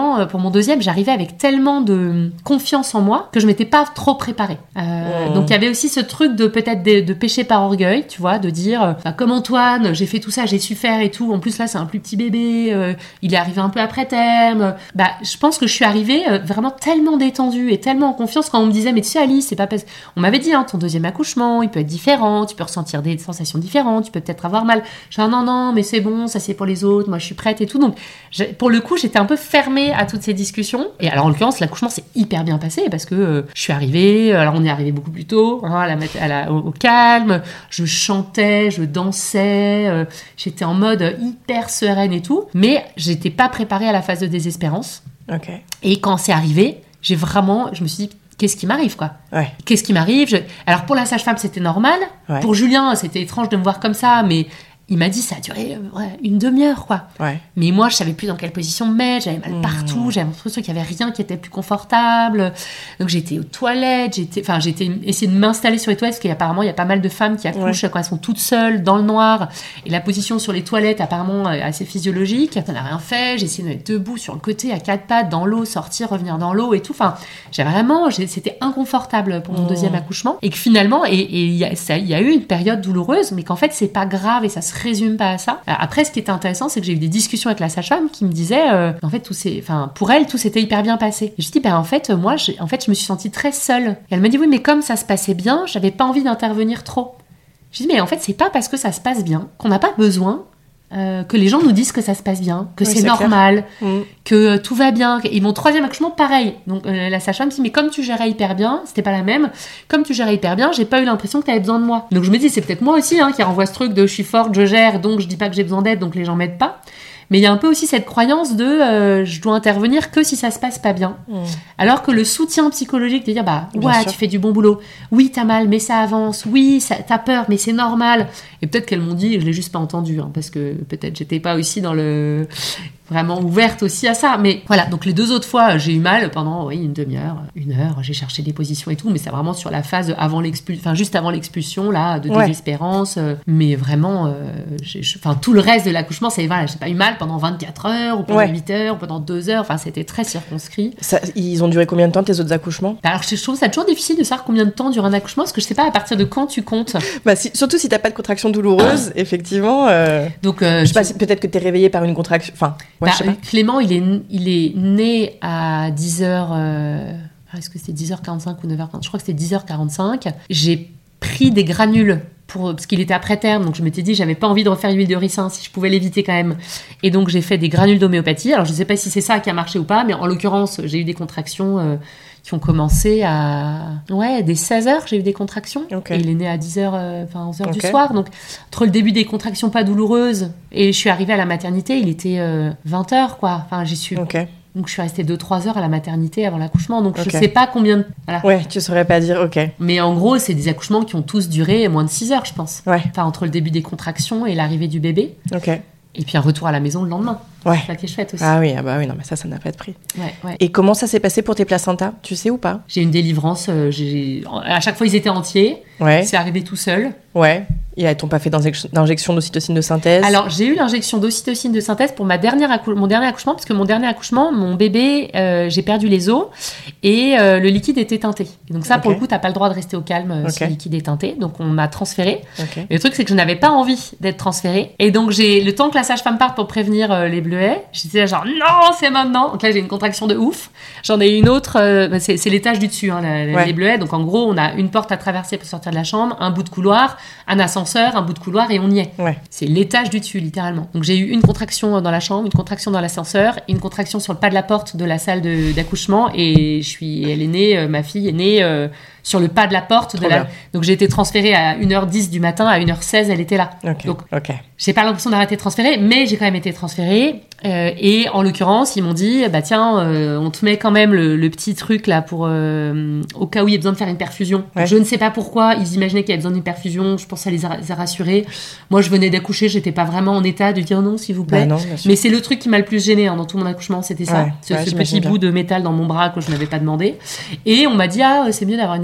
[SPEAKER 6] mon deuxième, j'arrivais avec tellement de confiance en moi que je m'étais pas trop préparée. Euh,
[SPEAKER 5] mmh.
[SPEAKER 6] Donc il y avait aussi ce truc de peut-être de, de pécher par orgueil, tu vois, de dire bah, comme Antoine, j'ai fait tout ça, j'ai su faire et tout. En plus là, c'est un plus petit bébé, euh, il est arrivé un peu après terme. Bah, je pense que je suis arrivée euh, vraiment tellement détendue et tellement en confiance quand on me disait mais tu sais Alice, c'est pas parce... on m'avait dit hein, ton deuxième accouchement, il peut être différent, tu peux ressentir des sensations différentes, tu peux peut-être avoir mal. Je dis non non, mais c'est bon, ça c'est pour les autres, moi je suis prête et tout. Donc je, pour le coup, j'étais un peu fermée à toutes ces discussions. Et alors en l'occurrence, l'accouchement s'est hyper bien passé parce que euh, je suis arrivée, alors on est arrivé beaucoup plus tôt, hein, à la, à la, au, au calme, je chantais, je dansais, euh, j'étais en mode hyper sereine et tout, mais j'étais pas préparée à la phase de désespérance.
[SPEAKER 5] Ok.
[SPEAKER 6] Et quand c'est arrivé, j'ai vraiment, je me suis dit qu'est-ce qui m'arrive quoi
[SPEAKER 5] Ouais.
[SPEAKER 6] Qu'est-ce qui m'arrive je... Alors pour la sage-femme c'était normal,
[SPEAKER 5] ouais.
[SPEAKER 6] Pour Julien c'était étrange de me voir comme ça, mais il m'a dit ça a duré ouais, une demi-heure quoi.
[SPEAKER 5] Ouais.
[SPEAKER 6] Mais moi je savais plus dans quelle position me mettre, j'avais mal
[SPEAKER 5] mmh.
[SPEAKER 6] partout, j'avais l'impression qu'il y avait rien qui était plus confortable. Donc j'étais aux toilettes, j'étais, enfin j'étais essayé de m'installer sur les toilettes parce qu'apparemment il y a pas mal de femmes qui accouchent ouais. quand elles sont toutes seules dans le noir et la position sur les toilettes apparemment est assez physiologique. Ça n'a rien fait, j'ai essayé de mettre debout sur le côté à quatre pattes dans l'eau, sortir, revenir dans l'eau et tout. Enfin j'avais vraiment, j'ai, c'était inconfortable pour mon mmh. deuxième accouchement et que finalement et il y a ça, il y a eu une période douloureuse, mais qu'en fait c'est pas grave et ça se résume pas à ça. Après, ce qui était intéressant, c'est que j'ai eu des discussions avec la sage-femme qui me disait, euh, en fait, tout s'est, enfin, pour elle, tout s'était hyper bien passé. Et je dis, ben en fait, moi, j'ai, en fait, je me suis sentie très seule. Et elle m'a dit, oui, mais comme ça se passait bien, j'avais pas envie d'intervenir trop. Je dis, mais en fait, c'est pas parce que ça se passe bien qu'on n'a pas besoin euh, que les gens nous disent que ça se passe bien, que oui, c'est, c'est normal, mmh. que euh, tout va bien. Et mon troisième accouchement, pareil. Donc euh, la sage-femme me dit, mais comme tu gérais hyper bien, c'était pas la même, comme tu gérais hyper bien, j'ai pas eu l'impression que t'avais besoin de moi. Donc je me dis, c'est peut-être moi aussi hein, qui renvoie ce truc de je suis forte, je gère, donc je dis pas que j'ai besoin d'aide, donc les gens m'aident pas. Mais il y a un peu aussi cette croyance de euh, je dois intervenir que si ça se passe pas bien. Mmh. Alors que le soutien psychologique de dire bah ouais, tu fais du bon boulot, oui t'as mal mais ça avance, oui ça, t'as peur mais c'est normal. Et peut-être qu'elles m'ont dit, je l'ai juste pas entendu hein, parce que peut-être j'étais pas aussi dans le vraiment ouverte aussi à ça. Mais voilà, donc les deux autres fois j'ai eu mal pendant oui une demi-heure, une heure, j'ai cherché des positions et tout, mais c'est vraiment sur la phase avant l'expulsion, enfin juste avant l'expulsion là de ouais. désespérance. Euh, mais vraiment, euh, enfin tout le reste de l'accouchement c'est voilà, j'ai pas eu mal pendant vingt-quatre heures ou pendant ouais. huit heures ou pendant deux heures. Enfin c'était très circonscrit.
[SPEAKER 5] Ça, ils ont duré combien de temps tes autres accouchements?
[SPEAKER 6] Alors je trouve ça toujours difficile de savoir combien de temps dure un accouchement parce que je sais pas à partir de quand tu comptes.
[SPEAKER 5] Bah si, surtout si t'as pas de contraction douloureuse, ah. effectivement. Euh,
[SPEAKER 6] donc euh,
[SPEAKER 5] je sais pas, tu... peut-être que t'es réveillée par une contraction. Enfin.
[SPEAKER 6] Ouais, bah, Clément, il est, il est né à dix heures... Euh, est-ce que c'était dix heures quarante-cinq ou neuf heures quarante? Je crois que c'était dix heures quarante-cinq. J'ai pris des granules pour, parce qu'il était après terme, donc je m'étais dit j'avais pas envie de refaire l'huile de ricin si je pouvais l'éviter quand même. Et donc j'ai fait des granules d'homéopathie. Alors je sais pas si c'est ça qui a marché ou pas, mais en l'occurrence j'ai eu des contractions euh, qui ont commencé à ouais dès seize heures j'ai eu des contractions. Okay. Et il est né à dix heures, euh, enfin onze heures okay. du soir. Donc entre le début des contractions pas douloureuses et je suis arrivée à la maternité, il était euh, vingt heures quoi. Enfin j'y suis. Okay. Donc je suis restée deux trois heures à la maternité avant l'accouchement. Donc okay. je sais pas combien de... Voilà.
[SPEAKER 5] Ouais, tu saurais pas dire, ok.
[SPEAKER 6] Mais en gros, c'est des accouchements qui ont tous duré moins de six heures, je pense.
[SPEAKER 5] Ouais.
[SPEAKER 6] Enfin, entre le début des contractions et l'arrivée du bébé.
[SPEAKER 5] Ok.
[SPEAKER 6] Et puis un retour à la maison le lendemain.
[SPEAKER 5] Ouais.
[SPEAKER 6] C'est ça qui est chouette aussi.
[SPEAKER 5] Ah oui, ah bah oui, non, mais ça, ça n'a pas de prix.
[SPEAKER 6] Ouais, ouais.
[SPEAKER 5] Et comment ça s'est passé pour tes placentas? Tu sais ou pas?
[SPEAKER 6] J'ai une délivrance. Euh, j'ai... À chaque fois, ils étaient entiers.
[SPEAKER 5] Ouais.
[SPEAKER 6] C'est arrivé tout seul.
[SPEAKER 5] Ouais. Et elles t'ont pas fait d'injection d'ocytocine de synthèse? Alors,
[SPEAKER 6] j'ai eu l'injection d'ocytocine de synthèse pour ma dernière accou- mon dernier accouchement, parce que mon dernier accouchement, mon bébé, euh, j'ai perdu les os et euh, le liquide était teinté. Et donc ça, okay. pour le coup, t'as pas le droit de rester au calme euh, okay. si le liquide est teinté. Donc on m'a transférée. Okay. Et le truc, c'est que je n'avais pas envie d'être transférée. Et donc j'ai le temps que la sage-femme parte pour prévenir euh, les bleuets, j'étais là genre non, c'est maintenant. Donc là, j'ai une contraction de ouf. J'en ai une autre. Euh, c'est, c'est l'étage du dessus, hein, la, ouais. les bleuets. Donc en gros, on a une porte à traverser pour sortir de la chambre, un bout de couloir, un ascenseur, un bout de couloir et on y est.
[SPEAKER 5] Ouais.
[SPEAKER 6] C'est l'étage du dessus, littéralement. Donc j'ai eu une contraction dans la chambre, une contraction dans l'ascenseur, une contraction sur le pas de la porte de la salle de, d'accouchement et je suis, elle est née, euh, ma fille est née euh, sur le pas de la porte. De la... Donc j'ai été transférée à une heure dix du matin, à une heure seize, elle était là.
[SPEAKER 5] Okay.
[SPEAKER 6] Donc
[SPEAKER 5] okay.
[SPEAKER 6] j'ai pas l'impression d'avoir été transférée, mais j'ai quand même été transférée. Euh, et en l'occurrence, ils m'ont dit, bah tiens, euh, on te met quand même le, le petit truc là pour euh, au cas où il y a besoin de faire une perfusion.
[SPEAKER 5] Ouais.
[SPEAKER 6] Je ne sais pas pourquoi ils imaginaient qu'il y avait besoin d'une perfusion. Je pense que ça les a, les a rassurés. Moi, je venais d'accoucher, j'étais pas vraiment en état de dire non, s'il vous plaît.
[SPEAKER 5] Bah non,
[SPEAKER 6] mais c'est le truc qui m'a le plus gênée hein, dans tout mon accouchement, c'était ça,
[SPEAKER 5] ouais,
[SPEAKER 6] ce,
[SPEAKER 5] ouais,
[SPEAKER 6] ce petit
[SPEAKER 5] bien.
[SPEAKER 6] bout de métal dans mon bras que je n'avais pas demandé. Et on m'a dit ah c'est mieux d'avoir une,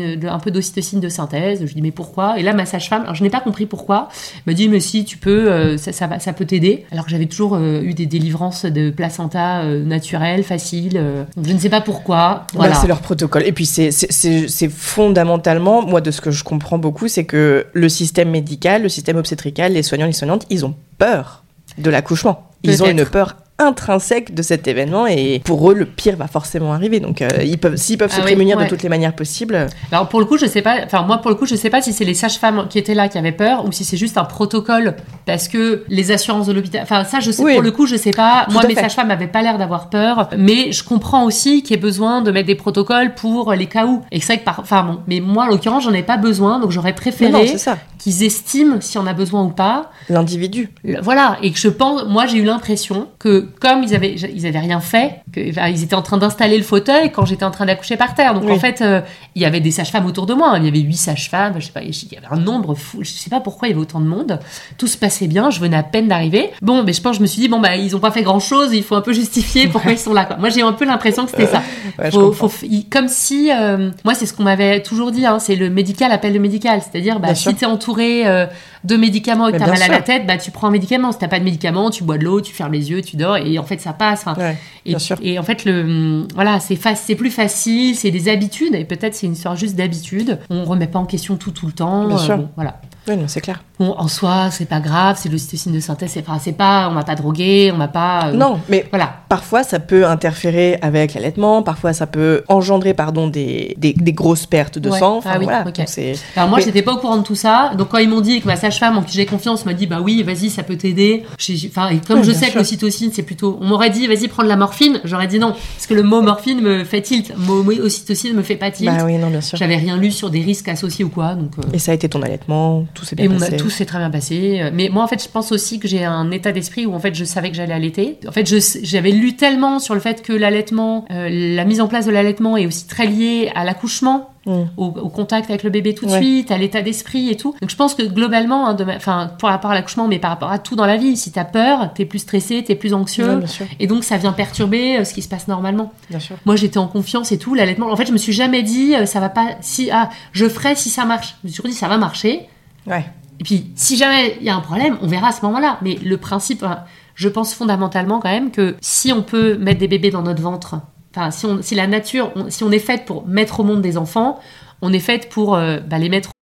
[SPEAKER 6] une, de, un peu d'ocytocine de synthèse. Je dis mais pourquoi ? Et là ma sage-femme, alors je n'ai pas compris pourquoi, m'a dit mais si tu peux, euh, ça, ça, va, ça peut t'aider. Alors que j'avais toujours euh, eu des délivrances de placenta euh, naturelles, faciles. Euh, donc je ne sais pas pourquoi. Voilà.
[SPEAKER 5] Bah, c'est leur protocole. Et puis c'est, c'est, c'est, c'est fondamentalement, moi de ce que je comprends beaucoup, c'est que le système médical, le système obstétrical, les soignants, les soignantes, ils ont peur de l'accouchement. Ils
[SPEAKER 6] Peut-être.
[SPEAKER 5] ont une peur intrinsèque de cet événement et pour eux le pire va forcément arriver, donc euh, ils peuvent s'ils peuvent
[SPEAKER 6] Ah
[SPEAKER 5] se
[SPEAKER 6] oui,
[SPEAKER 5] prémunir
[SPEAKER 6] ouais.
[SPEAKER 5] de toutes les manières possibles.
[SPEAKER 6] Alors pour le coup je sais pas, enfin moi pour le coup je sais pas si c'est les sages-femmes qui étaient là qui avaient peur ou si c'est juste un protocole parce que les assurances de l'hôpital, enfin ça je sais,
[SPEAKER 5] Oui.
[SPEAKER 6] pour le coup je sais pas.
[SPEAKER 5] Tout
[SPEAKER 6] Moi
[SPEAKER 5] à
[SPEAKER 6] mes
[SPEAKER 5] fait.
[SPEAKER 6] sages-femmes avaient pas l'air d'avoir peur, mais je comprends aussi qu'il y ait besoin de mettre des protocoles pour les cas où, et c'est vrai que par, enfin bon, mais moi en l'occurrence j'en ai pas besoin, donc j'aurais préféré
[SPEAKER 5] Non, non, c'est ça.
[SPEAKER 6] qu'ils estiment si on a besoin ou pas.
[SPEAKER 5] L'individu.
[SPEAKER 6] Le- Voilà, et que je pense, moi j'ai eu l'impression que comme ils avaient, ils avaient rien fait, que, enfin, ils étaient en train d'installer le fauteuil quand j'étais en train d'accoucher par terre. Donc
[SPEAKER 5] Oui.
[SPEAKER 6] en fait, euh, il y avait des sages-femmes autour de moi. hein. Il y avait huit sages-femmes, je sais pas, il y avait un nombre fou. Je sais pas pourquoi il y avait autant de monde. Tout se passait bien, je venais à peine d'arriver. Bon, mais je pense, je me suis dit bon bah ils ont pas fait grand-chose, il faut un peu justifier pourquoi ils sont là. Quoi. Moi j'ai un peu l'impression que c'était ça.
[SPEAKER 5] Ouais, je
[SPEAKER 6] Faut-
[SPEAKER 5] comprends.
[SPEAKER 6] faut- il- comme si, euh, moi c'est ce qu'on m'avait toujours dit, hein, c'est le médical appelle le médical. C'est-à-dire bah
[SPEAKER 5] Bien
[SPEAKER 6] si
[SPEAKER 5] sûr.
[SPEAKER 6] t'es entouré euh, de médicaments et que
[SPEAKER 5] Mais
[SPEAKER 6] t'as
[SPEAKER 5] bien
[SPEAKER 6] mal à la
[SPEAKER 5] sûr.
[SPEAKER 6] tête, bah tu prends un médicament. Si t'as pas de médicament, tu bois de l'eau, tu fermes les yeux, tu dors et en fait ça passe. Enfin,
[SPEAKER 5] Ouais,
[SPEAKER 6] et,
[SPEAKER 5] bien sûr.
[SPEAKER 6] et en fait le hum, voilà, c'est fa- c'est plus facile, c'est des habitudes et peut-être c'est une histoire juste d'habitude. On remet pas en question tout tout le temps.
[SPEAKER 5] Bien sûr.
[SPEAKER 6] Bon, voilà.
[SPEAKER 5] Oui, non, c'est clair.
[SPEAKER 6] Bon, en soi, c'est pas grave, c'est l'ocytocine de synthèse, c'est enfin, c'est pas, on m'a pas drogué, on m'a pas. euh,
[SPEAKER 5] Non, mais
[SPEAKER 6] Voilà.
[SPEAKER 5] parfois ça peut interférer avec l'allaitement, parfois ça peut engendrer pardon des, des, des grosses pertes de
[SPEAKER 6] Ouais.
[SPEAKER 5] sang. Enfin,
[SPEAKER 6] Ah oui,
[SPEAKER 5] voilà.
[SPEAKER 6] ok.
[SPEAKER 5] Donc, c'est...
[SPEAKER 6] Alors moi,
[SPEAKER 5] Mais-
[SPEAKER 6] j'étais pas au courant de tout ça. Donc quand ils m'ont dit que ma sage-femme en qui j'ai confiance m'a dit bah oui, vas-y, ça peut t'aider. J'ai- j'ai- Enfin, et comme
[SPEAKER 5] Oui,
[SPEAKER 6] je
[SPEAKER 5] bien
[SPEAKER 6] sais
[SPEAKER 5] sûr.
[SPEAKER 6] que l'ocytocine, c'est plutôt, on m'aurait dit vas-y, prends de la morphine, j'aurais dit non, parce que le mot morphine me fait tilt. Le mot ocytocine me fait pas tilt.
[SPEAKER 5] Bah oui, non, bien sûr.
[SPEAKER 6] J'avais rien lu sur des risques associés ou quoi, donc. euh,
[SPEAKER 5] Et ça a été ton allaitement, tout s'est bien
[SPEAKER 6] Et mon,
[SPEAKER 5] passé.
[SPEAKER 6] tout s'est très bien passé. Mais moi, en fait, je pense aussi que j'ai un état d'esprit où, en fait, je savais que j'allais allaiter. En fait, je, j'avais lu tellement sur le fait que l'allaitement, euh, la mise en place de l'allaitement est aussi très liée à l'accouchement.
[SPEAKER 5] Mm.
[SPEAKER 6] Au, au contact avec le bébé tout de
[SPEAKER 5] Ouais.
[SPEAKER 6] suite, à l'état d'esprit et tout. Donc je pense que globalement, hein, de ma- enfin, par rapport à l'accouchement, mais par rapport à tout dans la vie, si t'as peur, t'es plus stressé, t'es plus anxieux,
[SPEAKER 5] Ouais, bien sûr.
[SPEAKER 6] et donc ça vient perturber euh, ce qui se passe normalement.
[SPEAKER 5] Bien sûr.
[SPEAKER 6] Moi, j'étais en confiance et tout. L'allaitement, en fait, je me suis jamais dit euh, ça va pas. Si ah, je ferai si ça marche. Je me suis toujours dit ça va marcher.
[SPEAKER 5] Ouais.
[SPEAKER 6] Et puis, si jamais il y a un problème, on verra à ce moment-là. Mais le principe, hein, je pense fondamentalement quand même que si on peut mettre des bébés dans notre ventre, enfin, si, on, si la nature, on- si on est faite pour mettre au monde des enfants, on est faite pour euh, bah, les mettre.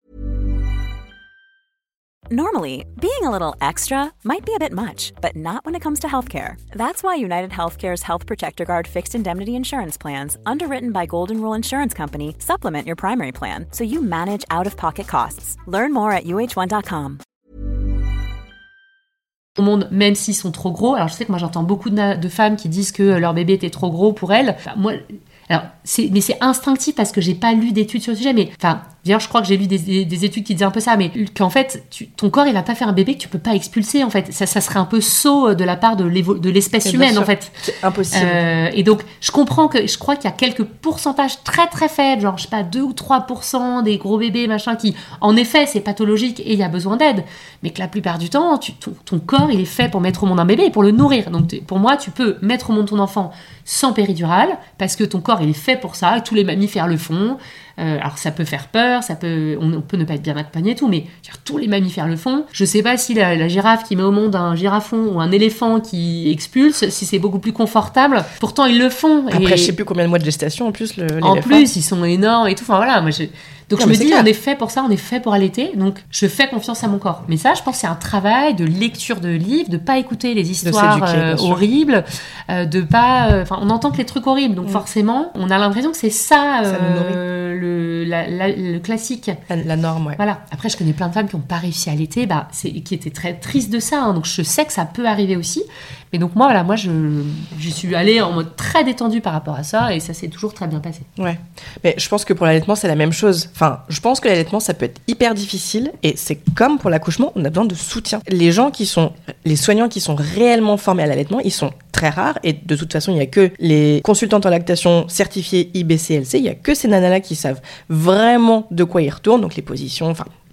[SPEAKER 1] Normally, being a little extra might be a bit much, but not when it comes to healthcare. That's why United Healthcare's Health Protector Guard fixed indemnity insurance plans, underwritten by Golden Rule Insurance Company, supplement your primary plan so you manage out-of-pocket costs. Learn more at U H one dot com.
[SPEAKER 6] Au monde, même s'ils sont trop gros. Alors je sais que moi j'entends beaucoup de, na- de femmes qui disent que leur bébé était trop gros pour elles. Enfin, moi, alors c'est, mais c'est instinctif parce que j'ai pas lu d'études sur le sujet. Mais enfin, d'ailleurs je crois que j'ai lu des, des, des études qui disaient un peu ça, mais qu'en fait tu, ton corps il va pas faire un bébé que tu peux pas expulser en fait. Ça, ça serait un peu sot de la part de, l'évo- de l'espèce
[SPEAKER 5] Mais bien
[SPEAKER 6] humaine
[SPEAKER 5] sûr.
[SPEAKER 6] en fait.
[SPEAKER 5] C'est impossible.
[SPEAKER 6] Euh, et donc, je comprends que, je crois qu'il y a quelques pourcentages très très faibles, genre, je sais pas, deux ou trois pour cent des gros bébés, machin, qui, en effet, c'est pathologique et il y a besoin d'aide. Mais que la plupart du temps, tu, ton, ton corps, il est fait pour mettre au monde un bébé et pour le nourrir. Donc, tu- pour moi, tu peux mettre au monde ton enfant sans péridurale parce que ton corps, il est fait pour ça et tous les mammifères le font. Euh, alors ça peut faire peur, ça peut, on, on peut ne pas être bien accompagné et tout, mais je veux dire, tous les mammifères le font. Je sais pas si la, la girafe qui met au monde un girafon ou un éléphant qui expulse, si c'est beaucoup plus confortable. Pourtant ils le font.
[SPEAKER 5] Après,
[SPEAKER 6] et
[SPEAKER 5] je sais plus combien de mois de gestation en plus. Le,
[SPEAKER 6] en
[SPEAKER 5] l'éléphant.
[SPEAKER 6] plus ils sont énormes et tout. Enfin voilà, moi je... donc
[SPEAKER 5] Non,
[SPEAKER 6] je
[SPEAKER 5] mais
[SPEAKER 6] me
[SPEAKER 5] c'est
[SPEAKER 6] dis
[SPEAKER 5] clair.
[SPEAKER 6] on est fait pour ça, on est fait pour allaiter. Donc je fais confiance à mon corps. Mais ça, je pense que c'est un travail de lecture de livres, de pas écouter les histoires
[SPEAKER 5] s'éduquer, bien
[SPEAKER 6] euh,
[SPEAKER 5] sûr.
[SPEAKER 6] horribles, euh, de pas. Enfin, on entend que les trucs horribles, donc forcément, on a l'impression que c'est ça,
[SPEAKER 5] Mm. Ça nous nourrit.
[SPEAKER 6] euh, le, la- la- le classique.
[SPEAKER 5] La, la norme, ouais.
[SPEAKER 6] Voilà. Après, je connais plein de femmes qui n'ont pas réussi à allaiter, bah, c'est, qui étaient très tristes de ça. hein. Donc, je sais que ça peut arriver aussi. Mais donc, moi, voilà, moi, je, je suis allée en mode très détendue par rapport à ça et ça s'est toujours très bien passé.
[SPEAKER 5] Ouais. Mais je pense que pour l'allaitement, c'est la même chose. Enfin, je pense que l'allaitement, ça peut être hyper difficile et c'est comme pour l'accouchement, on a besoin de soutien. Les gens qui sont, les soignants qui sont réellement formés à l'allaitement, ils sont très rares et de toute façon, il y a que les consultantes en lactation certifiées I B C L C, il y a que ces nanas-là qui savent vraiment de quoi ils retournent, donc les positions, enfin,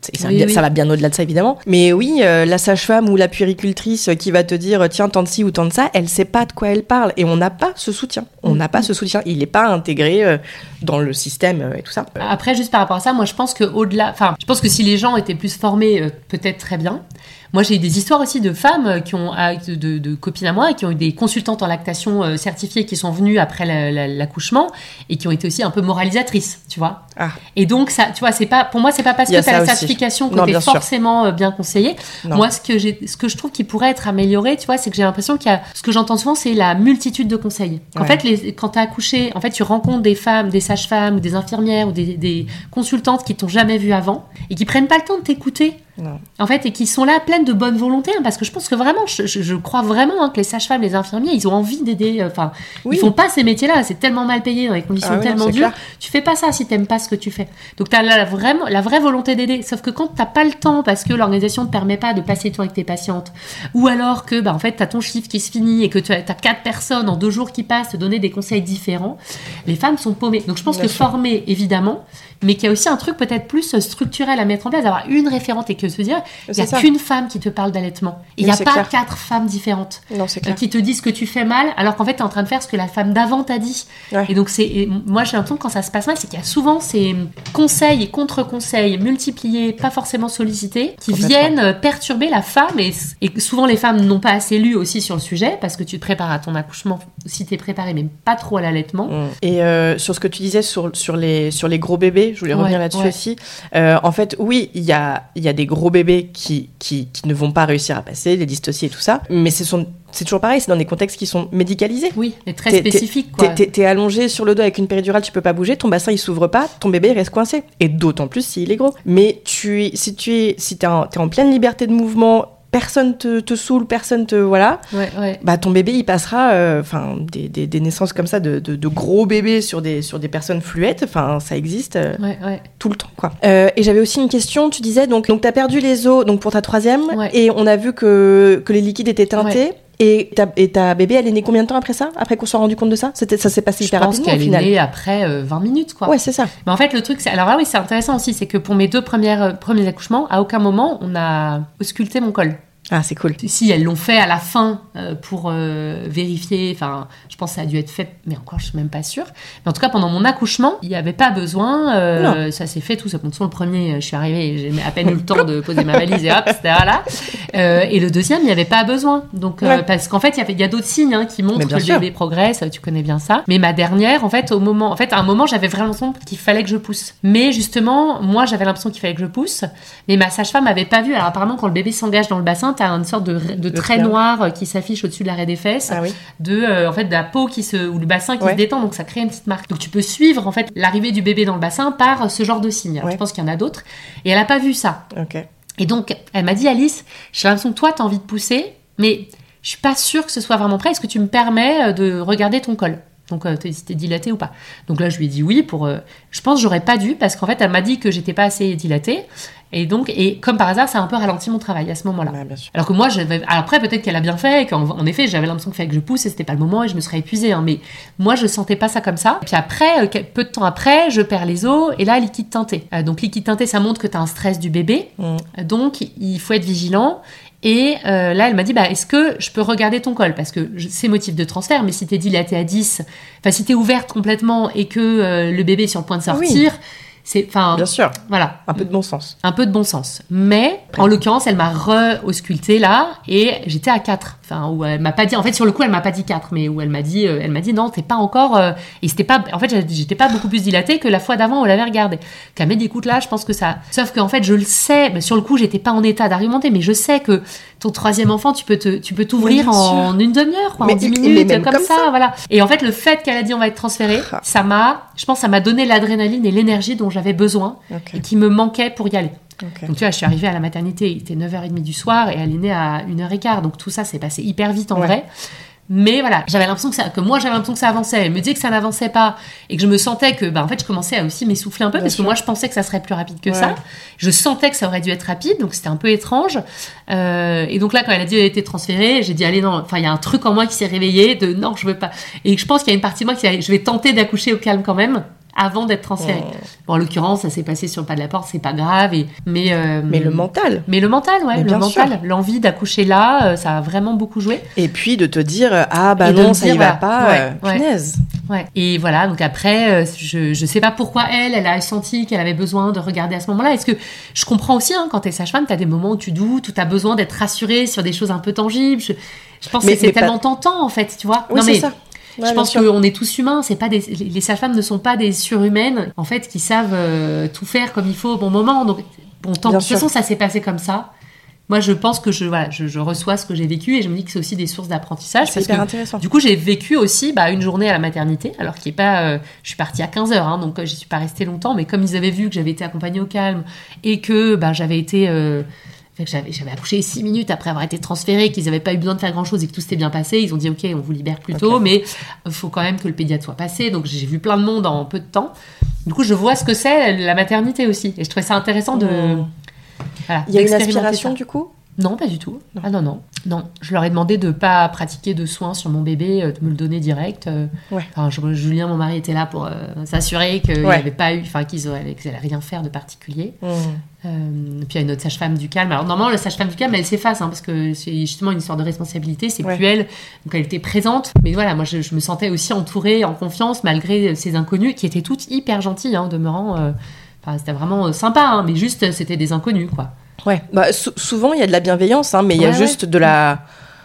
[SPEAKER 5] et ça,
[SPEAKER 6] Oui,
[SPEAKER 5] va,
[SPEAKER 6] oui.
[SPEAKER 5] ça va bien au-delà de ça évidemment. Mais oui, euh, la sage-femme ou la puéricultrice qui va te dire tiens tant de ci ou tant de ça, elle sait pas de quoi elle parle et on n'a pas ce soutien. On n'a pas ce soutien. Il est pas intégré euh, dans le système euh, et tout ça.
[SPEAKER 6] Après, juste par rapport à ça, moi je pense que au-delà, enfin, je pense que si les gens étaient plus formés, euh, peut-être très bien. Moi, j'ai eu des histoires aussi de femmes qui ont, de, de, de copines à moi, qui ont eu des consultantes en lactation euh, certifiées qui sont venues après la, la, l'accouchement et qui ont été aussi un peu moralisatrices, tu vois.
[SPEAKER 5] Ah.
[SPEAKER 6] Et donc, ça, tu vois, c'est pas, pour moi, c'est pas parce
[SPEAKER 5] Il y a
[SPEAKER 6] que tu as
[SPEAKER 5] ça
[SPEAKER 6] la
[SPEAKER 5] aussi.
[SPEAKER 6] certification que
[SPEAKER 5] Non,
[SPEAKER 6] tu es
[SPEAKER 5] bien sûr.
[SPEAKER 6] forcément euh, bien conseillé.
[SPEAKER 5] Non.
[SPEAKER 6] Moi, ce que, j'ai, ce que je trouve qui pourrait être amélioré, tu vois, c'est que j'ai l'impression qu'il y a, ce que j'entends souvent, c'est la multitude de conseils. En
[SPEAKER 5] Ouais.
[SPEAKER 6] fait, les, quand tu as accouché, en fait, tu rencontres des femmes, des sages-femmes ou des infirmières ou des, des consultantes qui t'ont jamais vu avant et qui prennent pas le temps de t'écouter.
[SPEAKER 5] Non.
[SPEAKER 6] En fait, et qui sont là pleines de bonne volonté, hein, parce que je pense que vraiment, je, je, je crois vraiment hein, que les sages-femmes, les infirmiers, ils ont envie d'aider. Enfin,
[SPEAKER 5] Oui.
[SPEAKER 6] ils font pas ces métiers-là, c'est tellement mal payé dans des conditions
[SPEAKER 5] Ah oui, non,
[SPEAKER 6] tellement
[SPEAKER 5] c'est
[SPEAKER 6] dures.
[SPEAKER 5] clair.
[SPEAKER 6] Tu fais pas ça si t'aimes pas ce que tu fais. Donc t'as la, vraiment, la vraie volonté d'aider. Sauf que quand t'as pas le temps, parce que l'organisation ne te permet pas de passer le temps avec tes patientes, ou alors que, bah, en fait, t'as ton chiffre qui se finit et que tu as, t'as quatre personnes en deux jours qui passent te donner des conseils différents, les femmes sont paumées. Donc je pense
[SPEAKER 5] Bien
[SPEAKER 6] que
[SPEAKER 5] sûr.
[SPEAKER 6] former, évidemment, mais qu'il y a aussi un truc peut-être plus structurel à mettre en place, d'avoir une référente et que se dire, il n'y a
[SPEAKER 5] C'est ça.
[SPEAKER 6] qu'une femme qui te parle d'allaitement. Il n'y
[SPEAKER 5] Oui,
[SPEAKER 6] a
[SPEAKER 5] c'est
[SPEAKER 6] pas
[SPEAKER 5] clair.
[SPEAKER 6] quatre femmes différentes
[SPEAKER 5] Non, c'est
[SPEAKER 6] euh,
[SPEAKER 5] clair.
[SPEAKER 6] qui te disent que tu fais mal, alors qu'en fait, tu es en train de faire ce que la femme d'avant t'a dit.
[SPEAKER 5] Ouais.
[SPEAKER 6] Et donc, c'est, et moi, j'ai l'impression que quand ça se passe mal, c'est qu'il y a souvent ces conseils et contre-conseils multipliés, pas forcément sollicités, qui
[SPEAKER 5] Complètement.
[SPEAKER 6] viennent euh, perturber la femme. Et, et souvent, les femmes n'ont pas assez lu aussi sur le sujet, parce que tu te prépares à ton accouchement, si tu es préparé, mais pas trop à l'allaitement.
[SPEAKER 5] Mm. Et euh, sur ce que tu disais sur, sur, les, sur les gros bébés, je voulais revenir
[SPEAKER 6] Ouais,
[SPEAKER 5] là-dessus
[SPEAKER 6] ouais.
[SPEAKER 5] aussi. Euh, en fait, oui, il y a, il y a des gros bébés qui, qui, qui ne vont pas réussir à passer, les dystociés et tout ça, mais ce sont, c'est toujours pareil, c'est dans des contextes qui sont médicalisés.
[SPEAKER 6] Oui, mais très
[SPEAKER 5] T'es- t'es-
[SPEAKER 6] spécifique, quoi.
[SPEAKER 5] T'es, t'es- t'es allongé sur le dos avec une péridurale, tu peux pas bouger, ton bassin il s'ouvre pas, ton bébé il reste coincé. Et d'autant plus s'il est gros. Mais tu, es- si tu es, si t'es en, t'es en pleine liberté de mouvement, personne te, te saoule, personne te, voilà,
[SPEAKER 6] Ouais, ouais.
[SPEAKER 5] bah ton bébé il passera, enfin des, des, des naissances comme ça de, de, de gros bébés sur des, sur des personnes fluettes, enfin ça existe euh,
[SPEAKER 6] Ouais, ouais.
[SPEAKER 5] tout le temps quoi. Euh, et j'avais aussi une question, tu disais donc donc t'as perdu les os donc pour ta troisième
[SPEAKER 6] Ouais.
[SPEAKER 5] et on a vu que que les liquides étaient teintés.
[SPEAKER 6] Ouais.
[SPEAKER 5] Et ta, et ta bébé, elle est née combien de temps après ça? Après qu'on soit rendu compte de ça? C'était, ça s'est passé
[SPEAKER 6] Je
[SPEAKER 5] hyper
[SPEAKER 6] pense
[SPEAKER 5] rapidement au
[SPEAKER 6] qu'elle est
[SPEAKER 5] final.
[SPEAKER 6] née après euh, vingt minutes, quoi.
[SPEAKER 5] Ouais, c'est ça.
[SPEAKER 6] Mais en fait, le truc, c'est... Alors là, oui, c'est intéressant aussi, c'est que pour mes deux premières, euh, premiers accouchements, à aucun moment, on a ausculté mon col.
[SPEAKER 5] Ah, c'est cool.
[SPEAKER 6] Si, elles l'ont fait à la fin euh, pour euh, vérifier, enfin, je pense que ça a dû être fait, mais encore, je suis même pas sûre. Mais en tout cas, pendant mon accouchement, il n'y avait pas besoin, euh, ça s'est fait tout ça. Bon, sur le premier, je suis arrivée, j'ai à peine eu le temps de poser ma valise et hop, c'était là. Euh, et le deuxième, il n'y avait pas besoin. Donc, euh,
[SPEAKER 5] Ouais.
[SPEAKER 6] parce qu'en fait, il y, avait- il y a d'autres signes hein, qui montrent
[SPEAKER 5] Mais
[SPEAKER 6] que
[SPEAKER 5] bien
[SPEAKER 6] le
[SPEAKER 5] sûr.
[SPEAKER 6] bébé progresse, tu connais bien ça. Mais ma dernière, en fait, au moment, en fait, à un moment, j'avais vraiment l'impression qu'il fallait que je pousse. Mais justement, moi, j'avais l'impression qu'il fallait que je pousse. Mais ma sage-femme m'avait pas vu. Alors, apparemment, quand le bébé s'engage dans le bassin, t'as une sorte de, de trait
[SPEAKER 5] triangle.
[SPEAKER 6] noir euh, qui s'affiche au-dessus de l'arrêt des fesses,
[SPEAKER 5] Ah oui.
[SPEAKER 6] de, euh, en fait, de la peau qui se, ou le bassin qui
[SPEAKER 5] Ouais.
[SPEAKER 6] se détend. Donc, ça crée une petite marque. Donc, tu peux suivre, en fait, l'arrivée du bébé dans le bassin par ce genre de signe. Alors,
[SPEAKER 5] Ouais.
[SPEAKER 6] Je pense qu'il y en a d'autres. Et elle a pas vu ça.
[SPEAKER 5] Ok.
[SPEAKER 6] Et donc, elle m'a dit, Alice, j'ai l'impression que toi, tu as envie de pousser, mais je suis pas sûre que ce soit vraiment prêt. Est-ce que tu me permets euh, de regarder ton col? Donc, euh, t'es, t'es dilatée ou pas? Donc là, je lui ai dit oui pour... euh, je pense que j'aurais pas dû, parce qu'en fait, elle m'a dit que j'étais pas assez dilatée. Et donc, et comme par hasard, ça a un peu ralenti mon travail à ce moment-là.
[SPEAKER 5] Ouais, bien sûr.
[SPEAKER 6] Alors que moi, j'avais... Alors après, peut-être qu'elle a bien fait, et qu'en en effet, j'avais l'impression qu'il fallait que je pousse, et c'était pas le moment, et je me serais épuisée. Hein, mais moi, je sentais pas ça comme ça. Et puis après, euh, quel- peu de temps après, je perds les os, et là, liquide teinté. Euh, donc, liquide teinté, ça montre que t'as un stress du bébé.
[SPEAKER 5] Mm.
[SPEAKER 6] Donc, il faut être vigilant. Et euh, là, elle m'a dit, bah, est-ce que je peux regarder ton col? Parce que je- c'est motif de transfert, mais si t'es dilaté à dix, enfin, si t'es ouverte complètement et que euh, le bébé est sur le point de
[SPEAKER 5] Ah oui.
[SPEAKER 6] sortir, c'est, enfin,
[SPEAKER 5] Bien sûr.
[SPEAKER 6] voilà.
[SPEAKER 5] Un peu de bon sens.
[SPEAKER 6] Un peu de bon sens. Mais, en l'occurrence, elle m'a re-ausculté là, et j'étais à quatre. Enfin, où elle m'a pas dit, en fait, sur le coup, elle m'a pas dit quatre, mais où elle m'a dit, euh, elle m'a dit, non, t'es pas encore, euh, et c'était pas, en fait, j'étais pas beaucoup plus dilatée que la fois d'avant où elle avait regardé. Donc, elle m'a dit, écoute, là, je pense que ça, sauf qu'en fait, je le sais, mais sur le coup, j'étais pas en état d'argumenter, mais je sais que ton troisième enfant, tu peux te, tu peux t'ouvrir
[SPEAKER 5] Mais bien
[SPEAKER 6] en
[SPEAKER 5] sûr.
[SPEAKER 6] une demi-heure, quoi,
[SPEAKER 5] Mais
[SPEAKER 6] en dix
[SPEAKER 5] il- il est
[SPEAKER 6] minutes,
[SPEAKER 5] même
[SPEAKER 6] comme,
[SPEAKER 5] comme
[SPEAKER 6] ça,
[SPEAKER 5] ça.
[SPEAKER 6] voilà. Et en fait, le fait qu'elle a dit, on va être transféré,
[SPEAKER 5] Ah.
[SPEAKER 6] ça m'a, je pense, ça m'a donné l'adrénaline et l'énergie dont j'avais besoin
[SPEAKER 5] Ok.
[SPEAKER 6] et qui me manquait pour y aller.
[SPEAKER 5] Ok.
[SPEAKER 6] Donc tu vois, je suis arrivée à la maternité, il était neuf heures trente du soir et elle est née à une heure quinze. Donc tout ça s'est passé hyper vite en
[SPEAKER 5] Ouais.
[SPEAKER 6] vrai. Mais voilà, j'avais l'impression que, ça, que moi j'avais l'impression que ça avançait. Elle me disait que ça n'avançait pas et que je me sentais que, bah, en fait, je commençais à aussi m'essouffler un peu
[SPEAKER 5] Bien
[SPEAKER 6] parce
[SPEAKER 5] sûr.
[SPEAKER 6] que moi je pensais que ça serait plus rapide que
[SPEAKER 5] Ouais.
[SPEAKER 6] ça. Je sentais que ça aurait dû être rapide, donc c'était un peu étrange. Euh, et donc là, quand elle a dit qu'elle était transférée, j'ai dit allez non. Enfin, il y a un truc en moi qui s'est réveillé de non, je veux pas. Et je pense qu'il y a une partie de moi qui a, je vais tenter d'accoucher au calme quand même. avant d'être transférée. Mmh. Bon, en l'occurrence, ça s'est passé sur le pas de la porte, c'est pas grave. Et, mais, euh,
[SPEAKER 5] mais le mental.
[SPEAKER 6] Mais le mental, ouais,
[SPEAKER 5] mais
[SPEAKER 6] le mental.
[SPEAKER 5] Sûr.
[SPEAKER 6] L'envie d'accoucher là, euh, ça a vraiment beaucoup joué.
[SPEAKER 5] Et puis de te dire, ah bah et non, ça dire, y va pas,
[SPEAKER 6] ouais,
[SPEAKER 5] euh, punaise.
[SPEAKER 6] Ouais. Et voilà, donc après, euh, je, je sais pas pourquoi elle, elle a senti qu'elle avait besoin de regarder à ce moment-là. Est-ce que je comprends aussi, hein, quand t'es sage-femme, t'as des moments où tu doutes, où t'as besoin d'être rassurée sur des choses un peu tangibles. Je, je pense mais, que c'est tellement pas... tentant, en fait, tu vois.
[SPEAKER 5] Oui,
[SPEAKER 6] non,
[SPEAKER 5] c'est
[SPEAKER 6] mais,
[SPEAKER 5] ça. Ouais,
[SPEAKER 6] je pense qu'on est tous humains, c'est pas des, les sages-femmes ne sont pas des surhumaines, en fait, qui savent euh, tout faire comme il faut au bon moment. Donc, bon, tant, de toute façon, ça s'est passé comme ça. Moi, je pense que je, voilà, je, je reçois ce que j'ai vécu et je me dis que c'est aussi des sources d'apprentissage.
[SPEAKER 5] C'est
[SPEAKER 6] parce
[SPEAKER 5] hyper
[SPEAKER 6] que,
[SPEAKER 5] intéressant.
[SPEAKER 6] Du coup, j'ai vécu aussi bah, une journée à la maternité, alors qu'il est pas, euh, je suis partie à quinze heures, hein, donc euh, j'y suis pas restée longtemps, mais comme ils avaient vu que j'avais été accompagnée au calme et que bah, j'avais été... Euh, J'avais, j'avais accouché six minutes après avoir été transférée, qu'ils n'avaient pas eu besoin de faire grand-chose et que tout s'était bien passé. Ils ont dit, OK, on vous libère plus tôt, okay. mais il faut quand même que le pédiatre soit passé. Donc, j'ai vu plein de monde en peu de temps. Du coup, je vois ce que c'est la maternité aussi. Et je trouvais ça intéressant de... Mmh. Voilà,
[SPEAKER 5] il y a une aspiration, ça. Du coup ?
[SPEAKER 6] Non, pas du tout. Non. Ah non, non. Non, je leur ai demandé de ne pas pratiquer de soins sur mon bébé, de me le donner direct.
[SPEAKER 5] Ouais.
[SPEAKER 6] Enfin, je, Julien, mon mari, était là pour euh, s'assurer qu'il n'y ouais. avait pas eu... Enfin, qu'ils n'allaient rien faire de particulier. Mmh. Euh, puis il y a une autre sage-femme du calme. Alors normalement, la sage-femme du calme, elle s'efface hein, parce que c'est justement une histoire de responsabilité. C'est ouais. plus elle, donc elle était présente. Mais voilà, moi je, je me sentais aussi entourée, en confiance, malgré ces inconnus qui étaient toutes hyper gentilles, hein, demeurant. Euh, enfin, c'était vraiment sympa, hein, mais juste c'était des inconnus, quoi.
[SPEAKER 5] Ouais. Bah, sou- souvent il y a de la bienveillance, hein, mais il ouais, y a ouais. juste de la.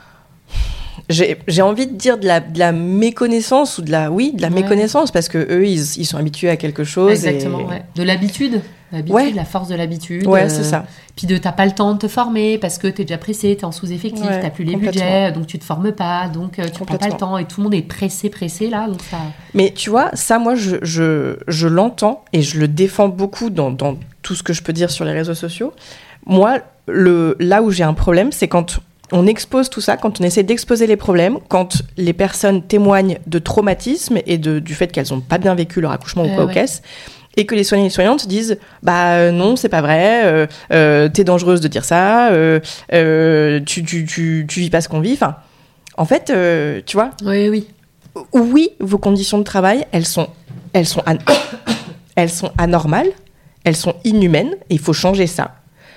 [SPEAKER 5] J'ai, j'ai envie de dire de la, de la méconnaissance ou de la, oui, de la ouais. méconnaissance parce que eux ils, ils sont habitués à quelque chose.
[SPEAKER 6] Exactement.
[SPEAKER 5] Et...
[SPEAKER 6] Ouais. De l'habitude. L'habitude, ouais. la force de l'habitude.
[SPEAKER 5] Ouais, euh, c'est ça.
[SPEAKER 6] Puis de t'as pas le temps de te former parce que t'es déjà pressé, t'es en sous-effectif, ouais, t'as plus les budgets, donc tu te formes pas, donc euh, tu prends pas le temps et tout le monde est pressé, pressé là. Donc ça...
[SPEAKER 5] Mais tu vois, ça, moi, je, je, je l'entends et je le défends beaucoup dans, dans tout ce que je peux dire sur les réseaux sociaux. Moi, le, là où j'ai un problème, c'est quand on expose tout ça, quand on essaie d'exposer les problèmes, quand les personnes témoignent de traumatisme et de, du fait qu'elles ont pas bien vécu leur accouchement ou quoi
[SPEAKER 6] euh,
[SPEAKER 5] aux
[SPEAKER 6] ouais.
[SPEAKER 5] caisses. Et que les soignants et les soignantes disent bah euh, non c'est pas vrai, euh, euh, t'es dangereuse de dire ça, euh, euh, tu, tu, tu, tu vis pas ce qu'on vit. Enfin, en fait, euh, tu vois.
[SPEAKER 6] Oui oui.
[SPEAKER 5] Oui, vos conditions de travail, elles sont, elles sont, an- elles sont anormales, elles sont inhumaines. Et il faut changer ça.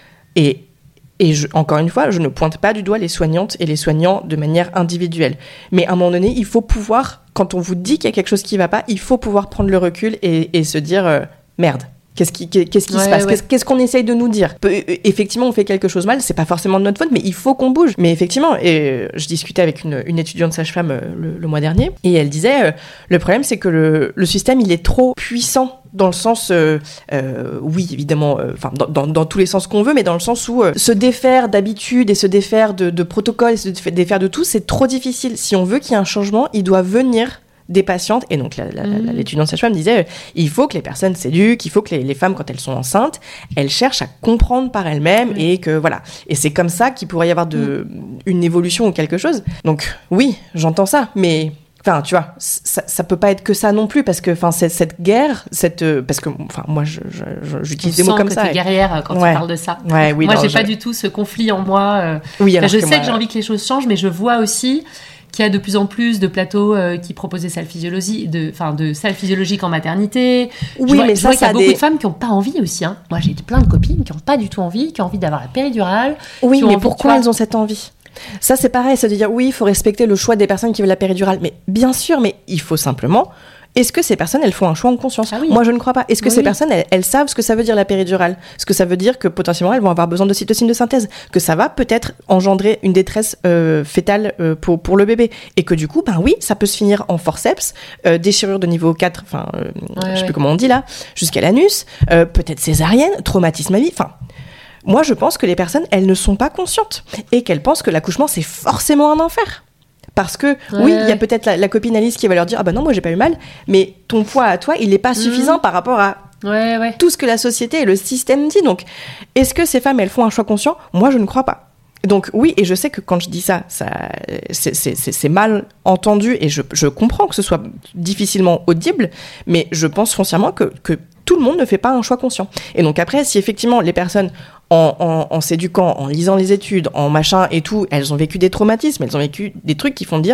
[SPEAKER 5] Et Et je, encore une fois, je ne pointe pas du doigt les soignantes et les soignants de manière individuelle. Mais à un moment donné, il faut pouvoir, quand on vous dit qu'il y a quelque chose qui ne va pas, il faut pouvoir prendre le recul et, et se dire euh, merde. Qu'est-ce qui, qu'est-ce qui ouais, se passe ouais. qu'est-ce, qu'est-ce qu'on essaye de nous dire Peu, Effectivement, on fait quelque chose mal, c'est pas forcément de notre faute, mais il faut qu'on bouge. Mais effectivement, et je discutais avec une, une étudiante sage-femme euh, le, le mois dernier, et elle disait euh, le problème, c'est que le, le système, il est trop puissant dans le sens, euh, euh, oui, évidemment, enfin, euh, dans, dans, dans tous les sens qu'on veut, mais dans le sens où euh, se défaire d'habitude et se défaire de, de protocoles, et se défaire de tout, c'est trop difficile. Si on veut qu'il y ait un changement, il doit venir des patientes, et donc la, la, mmh. la, l'étudiante sage-femme disait euh, il faut que les personnes s'éduquent, il faut que les, les femmes, quand elles sont enceintes, elles cherchent à comprendre par elles-mêmes, mmh. et que voilà, et c'est comme ça qu'il pourrait y avoir de, mmh. une évolution ou quelque chose. Donc oui, j'entends ça, mais enfin tu vois, ça, ça peut pas être que ça non plus, parce que enfin cette, cette guerre, cette euh, parce que enfin moi je, je, je, j'utilise
[SPEAKER 6] on
[SPEAKER 5] des mots comme
[SPEAKER 6] que
[SPEAKER 5] ça.
[SPEAKER 6] T'es guerrière quand
[SPEAKER 5] ouais.
[SPEAKER 6] tu parles de ça.
[SPEAKER 5] Ouais, oui,
[SPEAKER 6] moi
[SPEAKER 5] non,
[SPEAKER 6] j'ai
[SPEAKER 5] je...
[SPEAKER 6] pas du tout ce conflit en moi. Euh...
[SPEAKER 5] Oui,
[SPEAKER 6] enfin, je
[SPEAKER 5] que
[SPEAKER 6] sais
[SPEAKER 5] moi...
[SPEAKER 6] que j'ai envie que les choses changent, mais je vois aussi qu'il y a de plus en plus de plateaux euh, qui proposent des salles physiologiques, de, enfin, de salles physiologiques en maternité.
[SPEAKER 5] Oui,
[SPEAKER 6] je vois,
[SPEAKER 5] mais
[SPEAKER 6] je
[SPEAKER 5] ça,
[SPEAKER 6] vois qu'il y a
[SPEAKER 5] ça
[SPEAKER 6] beaucoup
[SPEAKER 5] des...
[SPEAKER 6] de femmes qui n'ont pas envie aussi. Hein. Moi, j'ai plein de copines qui n'ont pas du tout envie, qui ont envie d'avoir la péridurale.
[SPEAKER 5] Oui, mais
[SPEAKER 6] envie,
[SPEAKER 5] pourquoi elles ont cette envie ? Ça, c'est pareil, c'est de dire oui, il faut respecter le choix des personnes qui veulent la péridurale. Mais bien sûr, mais il faut simplement... Est-ce que ces personnes, elles font un choix en conscience ?
[SPEAKER 6] Ah oui.
[SPEAKER 5] Moi, je ne crois pas. Est-ce que
[SPEAKER 6] oui,
[SPEAKER 5] ces
[SPEAKER 6] oui.
[SPEAKER 5] personnes, elles, elles savent ce que ça veut dire la péridurale ? Ce que ça veut dire que potentiellement, elles vont avoir besoin de cytocine de synthèse, que ça va peut-être engendrer une détresse euh, fétale euh, pour, pour le bébé. Et que du coup, ben oui, ça peut se finir en forceps, euh, déchirure de niveau quatre, enfin, euh,
[SPEAKER 6] ouais,
[SPEAKER 5] je sais
[SPEAKER 6] ouais.
[SPEAKER 5] plus comment on dit là, jusqu'à l'anus, euh, peut-être césarienne, traumatisme à vie, enfin... Moi, je pense que les personnes, elles ne sont pas conscientes et qu'elles pensent que l'accouchement, c'est forcément un enfer. Parce que, ouais, oui, il y a peut-être la, la copine Alice qui va leur dire « Ah ben non, moi, j'ai pas eu mal », mais ton poids à toi, il n'est pas suffisant mmh. par rapport à
[SPEAKER 6] ouais, ouais.
[SPEAKER 5] tout ce que la société et le système dit. Donc, est-ce que ces femmes, elles font un choix conscient ? Moi, je ne crois pas. Donc oui, et je sais que quand je dis ça, ça c'est, c'est, c'est, c'est mal entendu et je, je comprends que ce soit difficilement audible, mais je pense foncièrement que, que tout le monde ne fait pas un choix conscient. Et donc après, si effectivement les personnes, en, en, en s'éduquant, en lisant les études, en machin et tout, elles ont vécu des traumatismes, elles ont vécu des trucs qui font dire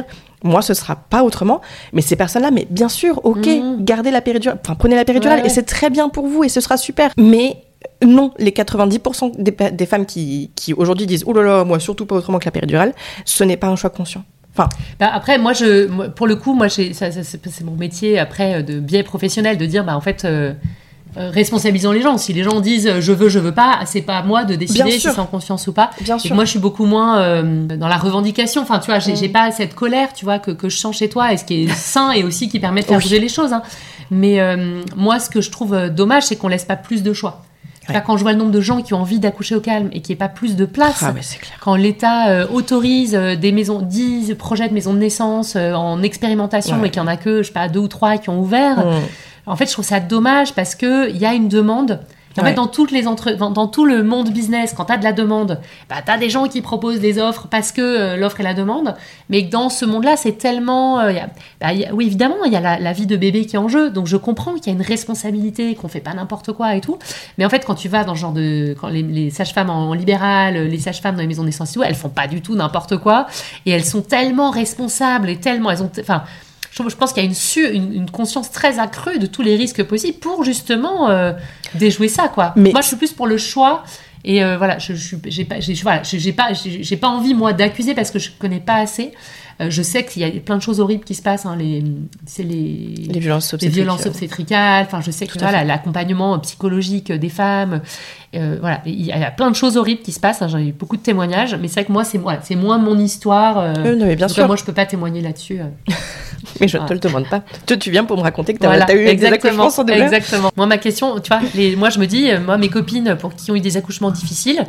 [SPEAKER 5] Moi, ce sera pas autrement. Mais ces personnes-là, mais bien sûr, ok,
[SPEAKER 6] Mmh.
[SPEAKER 5] gardez la péridurale, enfin prenez la péridurale
[SPEAKER 6] Ouais, ouais.
[SPEAKER 5] et c'est très bien pour vous et ce sera super. Mais non, les quatre-vingt-dix pour cent des, des femmes qui, qui aujourd'hui disent « Oh là là, moi surtout pas autrement que la péridurale », ce n'est pas un choix conscient. Enfin,
[SPEAKER 6] Bah après, moi, je, moi, pour le coup, moi, j'ai, ça, ça, c'est, c'est mon métier après euh, de biais professionnel de dire, bah en fait, euh, euh, responsabilisons les gens. Si les gens disent euh, je veux, je veux pas, c'est pas à moi de décider
[SPEAKER 5] Bien
[SPEAKER 6] si
[SPEAKER 5] sûr.
[SPEAKER 6] c'est en conscience ou pas.
[SPEAKER 5] Bien
[SPEAKER 6] Et
[SPEAKER 5] sûr.
[SPEAKER 6] que moi, je suis beaucoup moins euh, dans la revendication. Enfin, tu vois, j'ai, j'ai pas cette colère, tu vois, que, que je sens chez toi, et ce qui est sain et aussi qui permet de faire
[SPEAKER 5] Oui.
[SPEAKER 6] bouger les choses. Hein. Mais euh, moi, ce que je trouve euh, dommage, c'est qu'on laisse pas plus de choix.
[SPEAKER 5] Ouais.
[SPEAKER 6] Là, quand je vois le nombre de gens qui ont envie d'accoucher au calme et qu'il n'y ait pas plus de place,
[SPEAKER 5] ah ouais, c'est clair.
[SPEAKER 6] quand l'État euh, autorise euh, des maisons, dix projets de maisons de naissance euh, en expérimentation,
[SPEAKER 5] Ouais.
[SPEAKER 6] mais qu'il n'y en a que, je sais pas, deux ou trois qui ont ouvert,
[SPEAKER 5] Mmh.
[SPEAKER 6] en fait, je trouve ça dommage parce qu'il y a une demande. Et en
[SPEAKER 5] Ouais.
[SPEAKER 6] fait, dans, toutes les entre... dans, dans tout le monde business, quand tu as de la demande, bah, tu as des gens qui proposent des offres parce que euh, l'offre et la demande. Mais dans ce monde-là, c'est tellement... euh, y a... bah, y a... Oui, évidemment, il y a la, la vie de bébé qui est en jeu. Donc, je comprends qu'il y a une responsabilité, qu'on fait pas n'importe quoi et tout. Mais en fait, quand tu vas dans ce genre de... Quand les, les sages-femmes en libéral, les sages-femmes dans les maisons de naissance et tout, elles font pas du tout n'importe quoi. Et elles sont tellement responsables et tellement... Elles ont... Enfin... Je je pense qu'il y a une, su- une, une conscience très accrue de tous les risques possibles pour justement euh, déjouer ça, quoi.
[SPEAKER 5] Mais-
[SPEAKER 6] Moi, je suis plus pour le choix. Et euh, voilà, je, je, j'ai pas, j'ai, voilà, j'ai, j'ai pas, j'ai, j'ai pas envie moi d'accuser parce que je connais pas assez. Euh, je sais qu'il y a plein de choses horribles qui se passent. Hein, les, c'est les,
[SPEAKER 5] Les violences
[SPEAKER 6] les
[SPEAKER 5] obstétricales.
[SPEAKER 6] violences obstétricales. Enfin, je sais que
[SPEAKER 5] Tout à
[SPEAKER 6] voilà,
[SPEAKER 5] fait.
[SPEAKER 6] l'accompagnement psychologique des femmes. Euh, voilà, il y a plein de choses horribles qui se passent. Hein, j'ai eu beaucoup de témoignages, mais c'est vrai que moi, c'est moi, c'est moins mon histoire. Euh,
[SPEAKER 5] Euh, non, mais bien
[SPEAKER 6] en tout
[SPEAKER 5] sûr.
[SPEAKER 6] cas, moi, je peux pas témoigner là-dessus. euh.
[SPEAKER 5] Mais je
[SPEAKER 6] Ah.
[SPEAKER 5] te le demande pas. Toi, tu viens pour me raconter que t'as,
[SPEAKER 6] Voilà,
[SPEAKER 5] t'as eu des
[SPEAKER 6] exactement,
[SPEAKER 5] accouchements sans douleur.
[SPEAKER 6] exactement. Moi, ma question, tu vois, les, moi, je me dis, euh, moi, mes copines pour qui ont eu des accouchements difficiles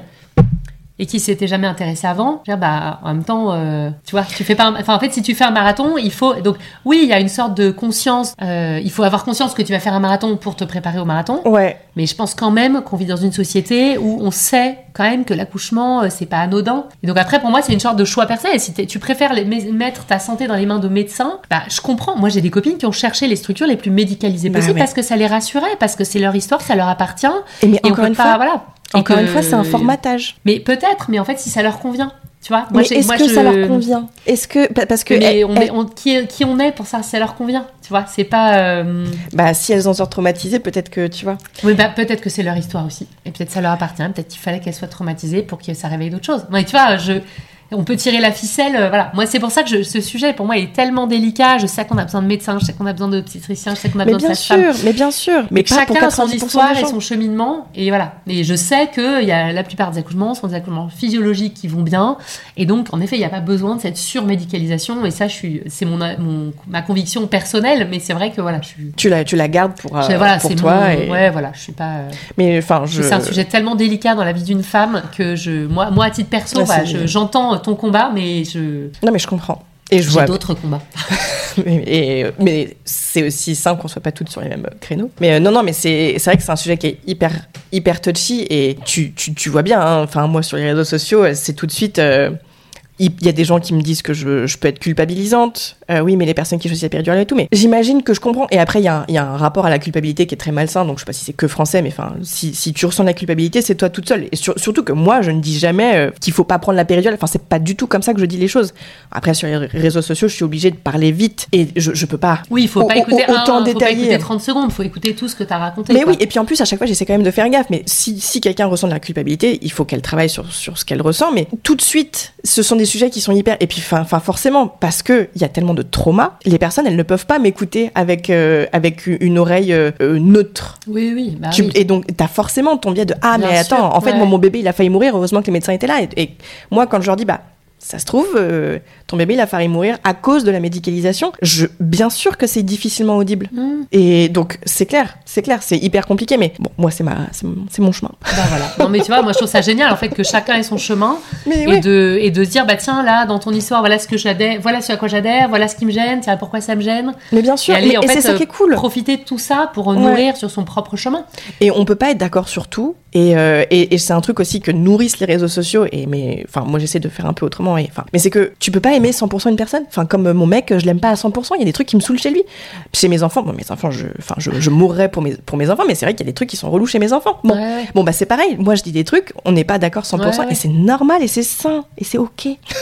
[SPEAKER 6] et qui s'étaient jamais intéressées avant, je veux dire, bah, en même temps, euh, tu vois, tu fais pas, un- enfin, en fait, si tu fais un marathon, il faut, donc, oui, il y a une sorte de conscience, euh, il faut avoir conscience que tu vas faire un marathon pour te préparer au marathon,
[SPEAKER 5] Ouais.
[SPEAKER 6] mais je pense quand même qu'on vit dans une société où on sait quand même que l'accouchement, euh, c'est pas anodin. Et donc après, pour moi, c'est une sorte de choix personnel. Si t'es- tu préfères les- met- mettre ta santé dans les mains de médecins, bah, je comprends. Moi, j'ai des copines qui ont cherché les structures les plus médicalisées
[SPEAKER 5] Bah
[SPEAKER 6] possibles
[SPEAKER 5] ouais.
[SPEAKER 6] parce que ça les rassurait, parce que c'est leur histoire, ça leur appartient.
[SPEAKER 5] Et mais
[SPEAKER 6] Et on
[SPEAKER 5] encore
[SPEAKER 6] peut
[SPEAKER 5] une
[SPEAKER 6] pas,
[SPEAKER 5] fois,
[SPEAKER 6] voilà. Et
[SPEAKER 5] encore
[SPEAKER 6] que-
[SPEAKER 5] une fois, c'est un formatage.
[SPEAKER 6] Mais peut-être, mais en fait, si ça leur convient, tu vois. Moi,
[SPEAKER 5] mais
[SPEAKER 6] j'ai-
[SPEAKER 5] est-ce
[SPEAKER 6] moi,
[SPEAKER 5] que
[SPEAKER 6] je-
[SPEAKER 5] ça leur convient? Est-ce que pa- parce que
[SPEAKER 6] Mais
[SPEAKER 5] elles-
[SPEAKER 6] on,
[SPEAKER 5] elles-
[SPEAKER 6] on- qui, qui on est pour ça, ça leur convient, tu vois. C'est pas. euh,
[SPEAKER 5] bah si elles en sortent traumatisées, peut-être que tu vois.
[SPEAKER 6] Oui, bah, peut-être que c'est leur histoire aussi. Et peut-être ça leur appartient. Peut-être qu'il fallait qu'elles soient traumatisées pour que ça réveille d'autres choses. Mais tu vois, je... on peut tirer la ficelle. euh, voilà. Moi, c'est pour ça que je- ce sujet, pour moi, il est tellement délicat. Je sais qu'on a besoin de médecins, je sais qu'on a besoin de obstétriciens, je sais qu'on a
[SPEAKER 5] Mais
[SPEAKER 6] besoin
[SPEAKER 5] bien
[SPEAKER 6] de sages-femmes.
[SPEAKER 5] sûr, mais bien sûr. Mais pas pour
[SPEAKER 6] chacun a son
[SPEAKER 5] quatre-vingt-dix pour cent
[SPEAKER 6] histoire
[SPEAKER 5] des
[SPEAKER 6] et
[SPEAKER 5] gens.
[SPEAKER 6] son cheminement. Et voilà. Et je sais que il y a la plupart des accouchements sont des accouchements physiologiques qui vont bien. Et donc, en effet, il n'y a pas besoin de cette surmédicalisation. Et ça, je suis, c'est mon, mon, ma conviction personnelle. Mais c'est vrai que voilà, je suis.
[SPEAKER 5] Tu la, tu la gardes pour, euh,
[SPEAKER 6] je- voilà,
[SPEAKER 5] pour
[SPEAKER 6] c'est
[SPEAKER 5] toi.
[SPEAKER 6] mon-
[SPEAKER 5] et-
[SPEAKER 6] Ouais, voilà, je suis pas. euh,
[SPEAKER 5] Mais enfin, je.
[SPEAKER 6] C'est un sujet tellement délicat dans la vie d'une femme que je, moi, moi à titre perso,
[SPEAKER 5] Ouais,
[SPEAKER 6] bah,
[SPEAKER 5] c'est-
[SPEAKER 6] je- j'entends ton combat, mais je,
[SPEAKER 5] Non, mais je comprends. Et je
[SPEAKER 6] j'ai
[SPEAKER 5] vois.
[SPEAKER 6] d'autres combats.
[SPEAKER 5] mais, et- mais c'est aussi simple qu'on soit pas toutes sur les mêmes créneaux. Mais euh, non, non, mais c'est c'est vrai que c'est un sujet qui est hyper hyper touchy et tu tu, tu vois bien. hein, Enfin, moi sur les réseaux sociaux, c'est tout de suite. euh, Il y a des gens qui me disent que je, je peux être culpabilisante. Euh, oui, mais les personnes qui choisissent la péridurale et tout. Mais j'imagine que je comprends. Et après, il y, a un- il y a un rapport à la culpabilité qui est très malsain. Donc, je sais pas si c'est que français, mais enfin, si, si tu ressens de la culpabilité, c'est toi toute seule. Et sur- surtout que moi, je ne dis jamais euh, qu'il faut pas prendre la péridurale. Enfin, c'est pas du tout comme ça que je dis les choses. Après, sur les réseaux sociaux, je suis obligée de parler vite. Et je, je peux pas.
[SPEAKER 6] Oui, il faut
[SPEAKER 5] Au-
[SPEAKER 6] pas
[SPEAKER 5] au-
[SPEAKER 6] écouter un,
[SPEAKER 5] autant
[SPEAKER 6] faut pas
[SPEAKER 5] détailler.
[SPEAKER 6] écouter trente secondes, faut écouter tout ce que tu as raconté.
[SPEAKER 5] Mais
[SPEAKER 6] quoi.
[SPEAKER 5] oui, et puis en plus, à chaque fois, j'essaie quand même de faire gaffe. Mais si, si quelqu'un ressent de la culpabilité, il faut qu'elle travaille sur, sur ce qu'elle ressent. Mais tout de suite, ce sont des sujets qui sont hyper. Et puis, enfin, forcément, parce qu'il y a tellement de traumas, les personnes, elles ne peuvent pas m'écouter avec, euh, avec une oreille euh, euh, neutre.
[SPEAKER 6] Oui, oui, bah
[SPEAKER 5] Tu-
[SPEAKER 6] oui.
[SPEAKER 5] Et donc, t'as forcément ton biais de ah,
[SPEAKER 6] Bien
[SPEAKER 5] mais attends,
[SPEAKER 6] sûr,
[SPEAKER 5] en fait,
[SPEAKER 6] ouais.
[SPEAKER 5] moi, mon bébé, il a failli mourir. Heureusement que les médecins étaient là. Et, et moi, quand je leur dis, bah. Ça se trouve, euh, ton bébé, il a failli mourir à cause de la médicalisation. Je, bien sûr que c'est difficilement audible.
[SPEAKER 6] Mmh.
[SPEAKER 5] Et donc, c'est clair, c'est clair, c'est hyper compliqué, mais bon, moi, c'est, ma, c'est, mon, c'est mon chemin.
[SPEAKER 6] Bah voilà. Non mais tu vois, moi je trouve ça génial en fait que chacun ait son chemin
[SPEAKER 5] Mais
[SPEAKER 6] et
[SPEAKER 5] oui.
[SPEAKER 6] de et de se dire bah tiens là dans ton histoire voilà ce que j'adhère, voilà ce à quoi j'adhère, voilà ce qui me gêne, tiens pourquoi ça me gêne.
[SPEAKER 5] Mais bien sûr,
[SPEAKER 6] et aller
[SPEAKER 5] mais-
[SPEAKER 6] en
[SPEAKER 5] et
[SPEAKER 6] fait
[SPEAKER 5] c'est ça
[SPEAKER 6] euh,
[SPEAKER 5] qui est cool.
[SPEAKER 6] profiter de tout ça pour
[SPEAKER 5] Ouais.
[SPEAKER 6] nourrir sur son propre chemin.
[SPEAKER 5] Et on peut pas être d'accord sur tout. Et, euh, et, et c'est un truc aussi que nourrissent les réseaux sociaux. Et mais, enfin, moi, j'essaie de faire un peu autrement. Et, enfin, mais c'est que tu peux pas aimer cent pour cent une personne. Enfin, comme mon mec, je l'aime pas à cent pour cent. Il y a des trucs qui me saoulent chez lui. Chez mes enfants, bon, mes enfants, je, enfin, je, je mourrais pour mes, pour mes enfants. Mais c'est vrai qu'il y a des trucs qui sont relous chez mes enfants. Bon,
[SPEAKER 6] Ouais, ouais.
[SPEAKER 5] bon, bah, c'est pareil. Moi, je dis des trucs, on n'est pas d'accord cent pour cent.
[SPEAKER 6] Ouais, ouais.
[SPEAKER 5] Et c'est normal et c'est sain. Et c'est ok.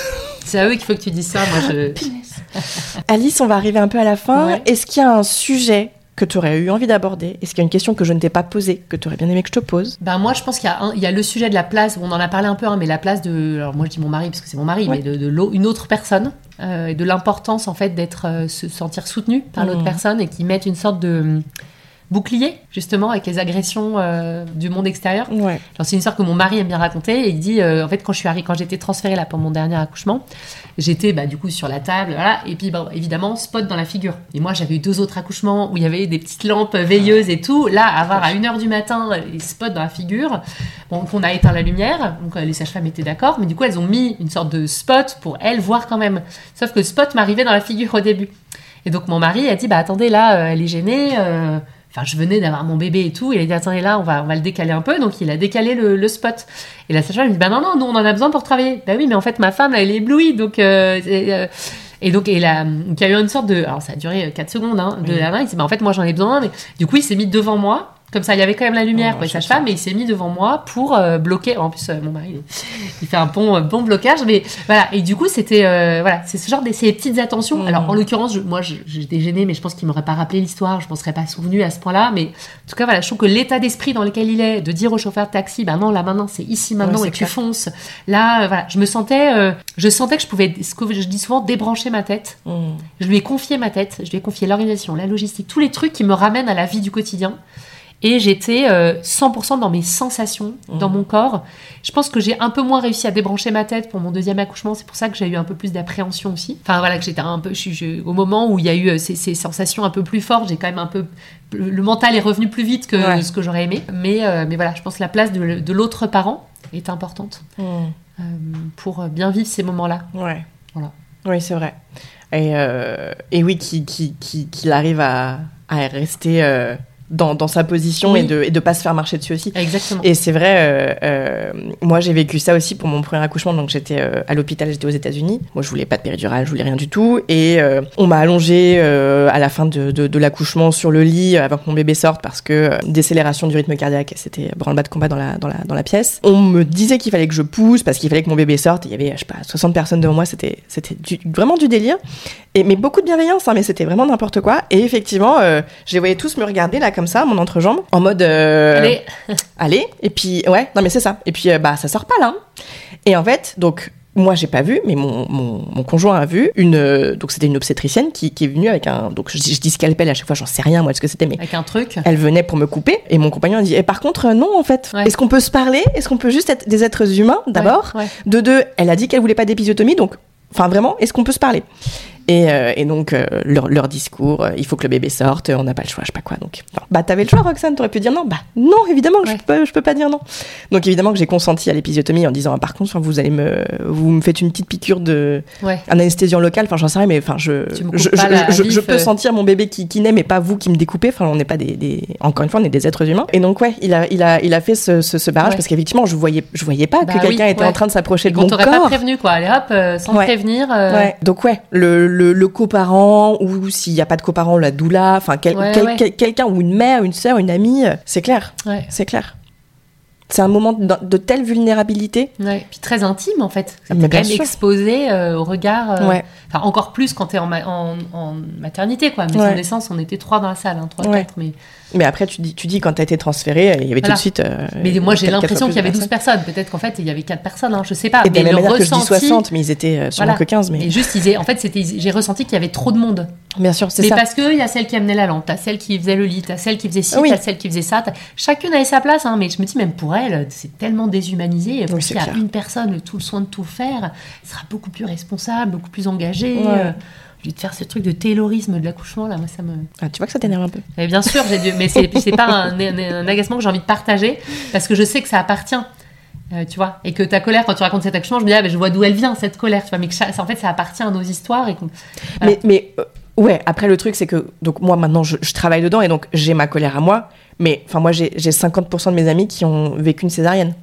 [SPEAKER 6] C'est à eux qu'il faut que tu dises ça. Moi, je...
[SPEAKER 5] Alice, on va arriver un peu à la fin.
[SPEAKER 6] Ouais.
[SPEAKER 5] Est-ce qu'il y a un sujet que tu aurais eu envie d'aborder ? Est-ce qu'il y a une question que je ne t'ai pas posée, que tu aurais bien aimé que je te pose ?
[SPEAKER 6] Ben moi, je pense qu'il y a, un, il y a le sujet de la place, on en a parlé un peu, hein, mais la place de... Alors moi, je dis mon mari, parce que c'est mon mari,
[SPEAKER 5] Ouais.
[SPEAKER 6] mais de, de l'au- une autre personne, euh, et de l'importance, en fait, d'être, euh, se sentir soutenu par l'autre
[SPEAKER 5] Mmh.
[SPEAKER 6] personne, et qui mette une sorte de bouclier, justement, avec les agressions euh, du monde extérieur.
[SPEAKER 5] Ouais.
[SPEAKER 6] Genre, c'est une histoire que mon mari aime bien raconter, et il dit, euh, en fait, quand je suis arrivée, quand j'étais transférée là pour mon dernier accouchement, j'étais bah, du coup sur la table, voilà, et puis bah, évidemment spot dans la figure. Et moi j'avais eu deux autres accouchements où il y avait des petites lampes veilleuses et tout. Là, avoir à une heure du matin les spots dans la figure, bon, qu'on a éteint la lumière, donc euh, les sages-femmes étaient d'accord, mais du coup elles ont mis une sorte de spot pour elles voir quand même. Sauf que le spot m'arrivait dans la figure au début. Et donc mon mari a dit bah attendez là, euh, elle est gênée. Euh, Enfin, je venais d'avoir mon bébé et tout. Il a dit, attendez, là, on va, on va le décaler un peu. Donc, il a décalé le, le spot. Et la sage-femme, elle me dit, bah non, non, nous, on en a besoin pour travailler. Bah oui, mais en fait, ma femme, là, elle est éblouie. Donc, euh, et, euh, et donc, et là, il y a eu une sorte de... Alors, ça a duré quatre secondes, hein, de
[SPEAKER 5] Oui.
[SPEAKER 6] la main. Il s'est dit, bah en fait, moi, j'en ai besoin. Mais du coup, il s'est mis devant moi. Comme ça, il y avait quand même la lumière
[SPEAKER 5] Oh,
[SPEAKER 6] pour les
[SPEAKER 5] je
[SPEAKER 6] sages-femmes, mais il s'est mis devant moi pour euh, bloquer. En plus, euh, mon mari, il, il fait un bon, euh, bon blocage, mais voilà. Et du coup, c'était euh, voilà, c'est ce genre de ces petites attentions.
[SPEAKER 5] Mmh.
[SPEAKER 6] Alors, en l'occurrence, je, moi, je- j'étais gênée, mais je pense qu'il m'aurait pas rappelé l'histoire, je m'en serais pas souvenu à ce point-là. Mais en tout cas, voilà, je trouve que l'état d'esprit dans lequel il est, de dire au chauffeur de taxi, bah non, là maintenant, c'est ici maintenant
[SPEAKER 5] Ouais, c'est
[SPEAKER 6] et tu
[SPEAKER 5] clair.
[SPEAKER 6] fonces. Là, euh, voilà, je me sentais, euh, je sentais que je pouvais, ce que je dis souvent, débrancher ma tête.
[SPEAKER 5] Mmh.
[SPEAKER 6] Je lui ai confié ma tête, je lui ai confié l'organisation, la logistique, tous les trucs qui me ramènent à la vie du quotidien. Et j'étais euh, cent pour cent dans mes sensations, dans
[SPEAKER 5] Mmh.
[SPEAKER 6] mon corps. Je pense que j'ai un peu moins réussi à débrancher ma tête pour mon deuxième accouchement. C'est pour ça que j'ai eu un peu plus d'appréhension aussi. Enfin voilà, que j'étais un peu... Je, je- au moment où il y a eu euh, ces, ces sensations un peu plus fortes, j'ai quand même un peu... Le, le mental est revenu plus vite que
[SPEAKER 5] Ouais.
[SPEAKER 6] ce que j'aurais aimé. Mais, euh, mais voilà, je pense que la place de, de l'autre parent est importante
[SPEAKER 5] Mmh.
[SPEAKER 6] euh, pour bien vivre ces moments-là.
[SPEAKER 5] Ouais.
[SPEAKER 6] Voilà.
[SPEAKER 5] Oui, c'est vrai. Et, euh, et oui, qu'il qui, qui, qu'il arrive à, à rester euh, dans, dans sa position
[SPEAKER 6] Oui.
[SPEAKER 5] et de et de pas se faire marcher dessus aussi.
[SPEAKER 6] Exactement.
[SPEAKER 5] Et c'est vrai, euh, euh, moi j'ai vécu ça aussi pour mon premier accouchement, donc j'étais euh, à l'hôpital, j'étais aux États-Unis. Moi je voulais pas de péridurale, je voulais rien du tout. Et euh, on m'a allongée euh, à la fin de, de, de l'accouchement sur le lit avant que mon bébé sorte parce que euh, décélération du rythme cardiaque, c'était branle-bas de combat dans la, dans, la, dans la pièce. On me disait qu'il fallait que je pousse parce qu'il fallait que mon bébé sorte. Il y avait, je sais pas, soixante personnes devant moi, c'était, c'était du, vraiment du délire. Et, mais beaucoup de bienveillance, hein, mais c'était vraiment n'importe quoi. Et effectivement, euh, je les voyais tous me regarder là comme ça, mon entrejambe, en mode... Euh,
[SPEAKER 6] Allez.
[SPEAKER 5] Allez, et puis, ouais, non mais c'est ça. Et puis, euh, bah, ça sort pas là. Et en fait, donc, moi j'ai pas vu, mais mon, mon, mon conjoint a vu une. euh, donc, c'était une obstétricienne qui, qui est venue avec un. Donc, je, dis- je dis scalpel à chaque fois, j'en sais rien, moi, de ce que c'était, mais.
[SPEAKER 6] Avec un truc.
[SPEAKER 5] Elle venait pour me couper, et mon compagnon a dit et par contre, euh, non, en fait.
[SPEAKER 6] Ouais.
[SPEAKER 5] Est-ce qu'on peut se parler ? Est-ce qu'on peut juste être des êtres humains, d'abord ?
[SPEAKER 6] Ouais, ouais.
[SPEAKER 5] De deux, elle a dit qu'elle voulait pas d'épisiotomie, donc. Enfin, vraiment, est-ce qu'on peut se parler ? Et, euh, et donc, euh, leur, leur discours, euh, il faut que le bébé sorte, euh, on n'a pas le choix, je sais pas quoi. Donc, enfin, bah, t'avais le choix, Roxane, t'aurais pu dire non. Bah, non, évidemment, que
[SPEAKER 6] Ouais.
[SPEAKER 5] je, peux, je peux pas dire non. Donc, évidemment, que j'ai consenti à l'épisiotomie en disant, ah, par contre, enfin, vous allez me, vous me faites une petite piqûre de,
[SPEAKER 6] Ouais.
[SPEAKER 5] un anesthésiant local, enfin, j'en sais rien, mais enfin, je,
[SPEAKER 6] Tu me coupes
[SPEAKER 5] je,
[SPEAKER 6] pas
[SPEAKER 5] je,
[SPEAKER 6] la
[SPEAKER 5] je,
[SPEAKER 6] vif,
[SPEAKER 5] je peux
[SPEAKER 6] euh.
[SPEAKER 5] sentir mon bébé qui, qui naît, mais pas vous qui me découpez. Enfin, on n'est pas des, des, encore une fois, on est des êtres humains. Et donc, ouais, il a, il a, il a fait ce, ce, ce barrage
[SPEAKER 6] Ouais.
[SPEAKER 5] parce qu'effectivement, je voyais, je voyais pas
[SPEAKER 6] Bah
[SPEAKER 5] que quelqu'un
[SPEAKER 6] oui,
[SPEAKER 5] était
[SPEAKER 6] ouais.
[SPEAKER 5] en train de s'approcher
[SPEAKER 6] Et
[SPEAKER 5] de
[SPEAKER 6] qu'on
[SPEAKER 5] mon
[SPEAKER 6] t'aurait
[SPEAKER 5] corps.
[SPEAKER 6] pas prévenu, quoi. Allez hop, euh, sans
[SPEAKER 5] Ouais.
[SPEAKER 6] prévenir. euh,
[SPEAKER 5] Ouais. Donc ouais, le, le, le coparent ou s'il n'y a pas de coparent, la doula, enfin quel,
[SPEAKER 6] Ouais,
[SPEAKER 5] quel-
[SPEAKER 6] ouais.
[SPEAKER 5] quel- quelqu'un ou une mère, une sœur, une amie, euh, c'est clair,
[SPEAKER 6] Ouais.
[SPEAKER 5] c'est clair. C'est un moment de, de telle vulnérabilité.
[SPEAKER 6] Ouais. Puis très intime en fait.
[SPEAKER 5] Mais
[SPEAKER 6] T'es
[SPEAKER 5] bien
[SPEAKER 6] quand même
[SPEAKER 5] sûr.
[SPEAKER 6] exposé euh, au regard. euh,
[SPEAKER 5] Ouais.
[SPEAKER 6] Enfin encore plus quand t'es en, ma- en, en maternité quoi. Mais
[SPEAKER 5] Ouais.
[SPEAKER 6] en naissance on était trois dans la salle, hein, trois
[SPEAKER 5] Ouais.
[SPEAKER 6] quatre. Mais,
[SPEAKER 5] Mais après tu dis, tu dis quand t'as été transférée, il y avait
[SPEAKER 6] Voilà.
[SPEAKER 5] tout de suite. euh,
[SPEAKER 6] mais moi j'ai
[SPEAKER 5] quatre- quatre
[SPEAKER 6] l'impression
[SPEAKER 5] fois
[SPEAKER 6] qu'il y avait
[SPEAKER 5] plus de
[SPEAKER 6] douze personnes. Peut-être qu'en fait il y avait quatre personnes. Hein, je sais pas.
[SPEAKER 5] Et de
[SPEAKER 6] mais
[SPEAKER 5] la même
[SPEAKER 6] le
[SPEAKER 5] manière que je dis
[SPEAKER 6] ressenti.
[SPEAKER 5] soixante, mais ils étaient euh, sûrement
[SPEAKER 6] Voilà.
[SPEAKER 5] que quinze. Mais
[SPEAKER 6] Et juste ils aient- en fait c'était j'ai ressenti qu'il y avait trop de monde.
[SPEAKER 5] bien sûr, c'est
[SPEAKER 6] Mais
[SPEAKER 5] ça.
[SPEAKER 6] parce qu'il y a celle qui amenait la lampe, t'as celle qui faisait le lit, t'as celle qui faisait ci,
[SPEAKER 5] Oui.
[SPEAKER 6] t'as celle qui faisait ça. t'as- Chacune avait sa place, hein, mais je me dis, même pour elle, c'est tellement déshumanisé. Pour
[SPEAKER 5] Oui,
[SPEAKER 6] qu'il
[SPEAKER 5] c'est
[SPEAKER 6] y a
[SPEAKER 5] clair.
[SPEAKER 6] une personne, le- tout le soin de tout faire, elle sera beaucoup plus responsable, beaucoup plus engagée.
[SPEAKER 5] Ouais.
[SPEAKER 6] euh, Au lieu de faire ce truc de taylorisme de l'accouchement, là, moi, ça me.
[SPEAKER 5] Ah, tu vois que ça t'énerve un peu.
[SPEAKER 6] Et bien sûr, j'ai dû... mais c'est c'est pas un, un- un agacement que j'ai envie de partager, parce que je sais que ça appartient. euh, tu vois, et que ta colère, quand tu racontes cet accouchement, je me dis, ah, ben, je vois d'où elle vient, cette colère, tu vois, mais que ça- en fait, ça appartient à nos histoires. Et qu'on- Voilà.
[SPEAKER 5] Mais, mais euh, ouais, après le truc c'est que donc moi maintenant je, je travaille dedans et donc j'ai ma colère à moi, mais enfin moi j'ai j'ai cinquante pour cent de mes amis qui ont vécu une césarienne.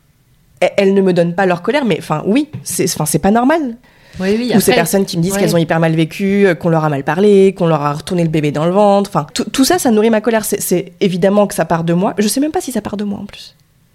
[SPEAKER 5] Et- Elles ne me donnent pas leur colère, mais enfin oui, c'est enfin c'est pas normal.
[SPEAKER 6] Oui, oui,
[SPEAKER 5] Ou ces
[SPEAKER 6] après-
[SPEAKER 5] personnes qui me disent
[SPEAKER 6] ouais.
[SPEAKER 5] qu'elles ont hyper mal vécu, euh, qu'on leur a mal parlé, qu'on leur a retourné le bébé dans le ventre. Enfin tout, tout ça, ça nourrit ma colère. C'est- C'est évidemment que ça part de moi. Je sais même pas si ça part de moi en plus.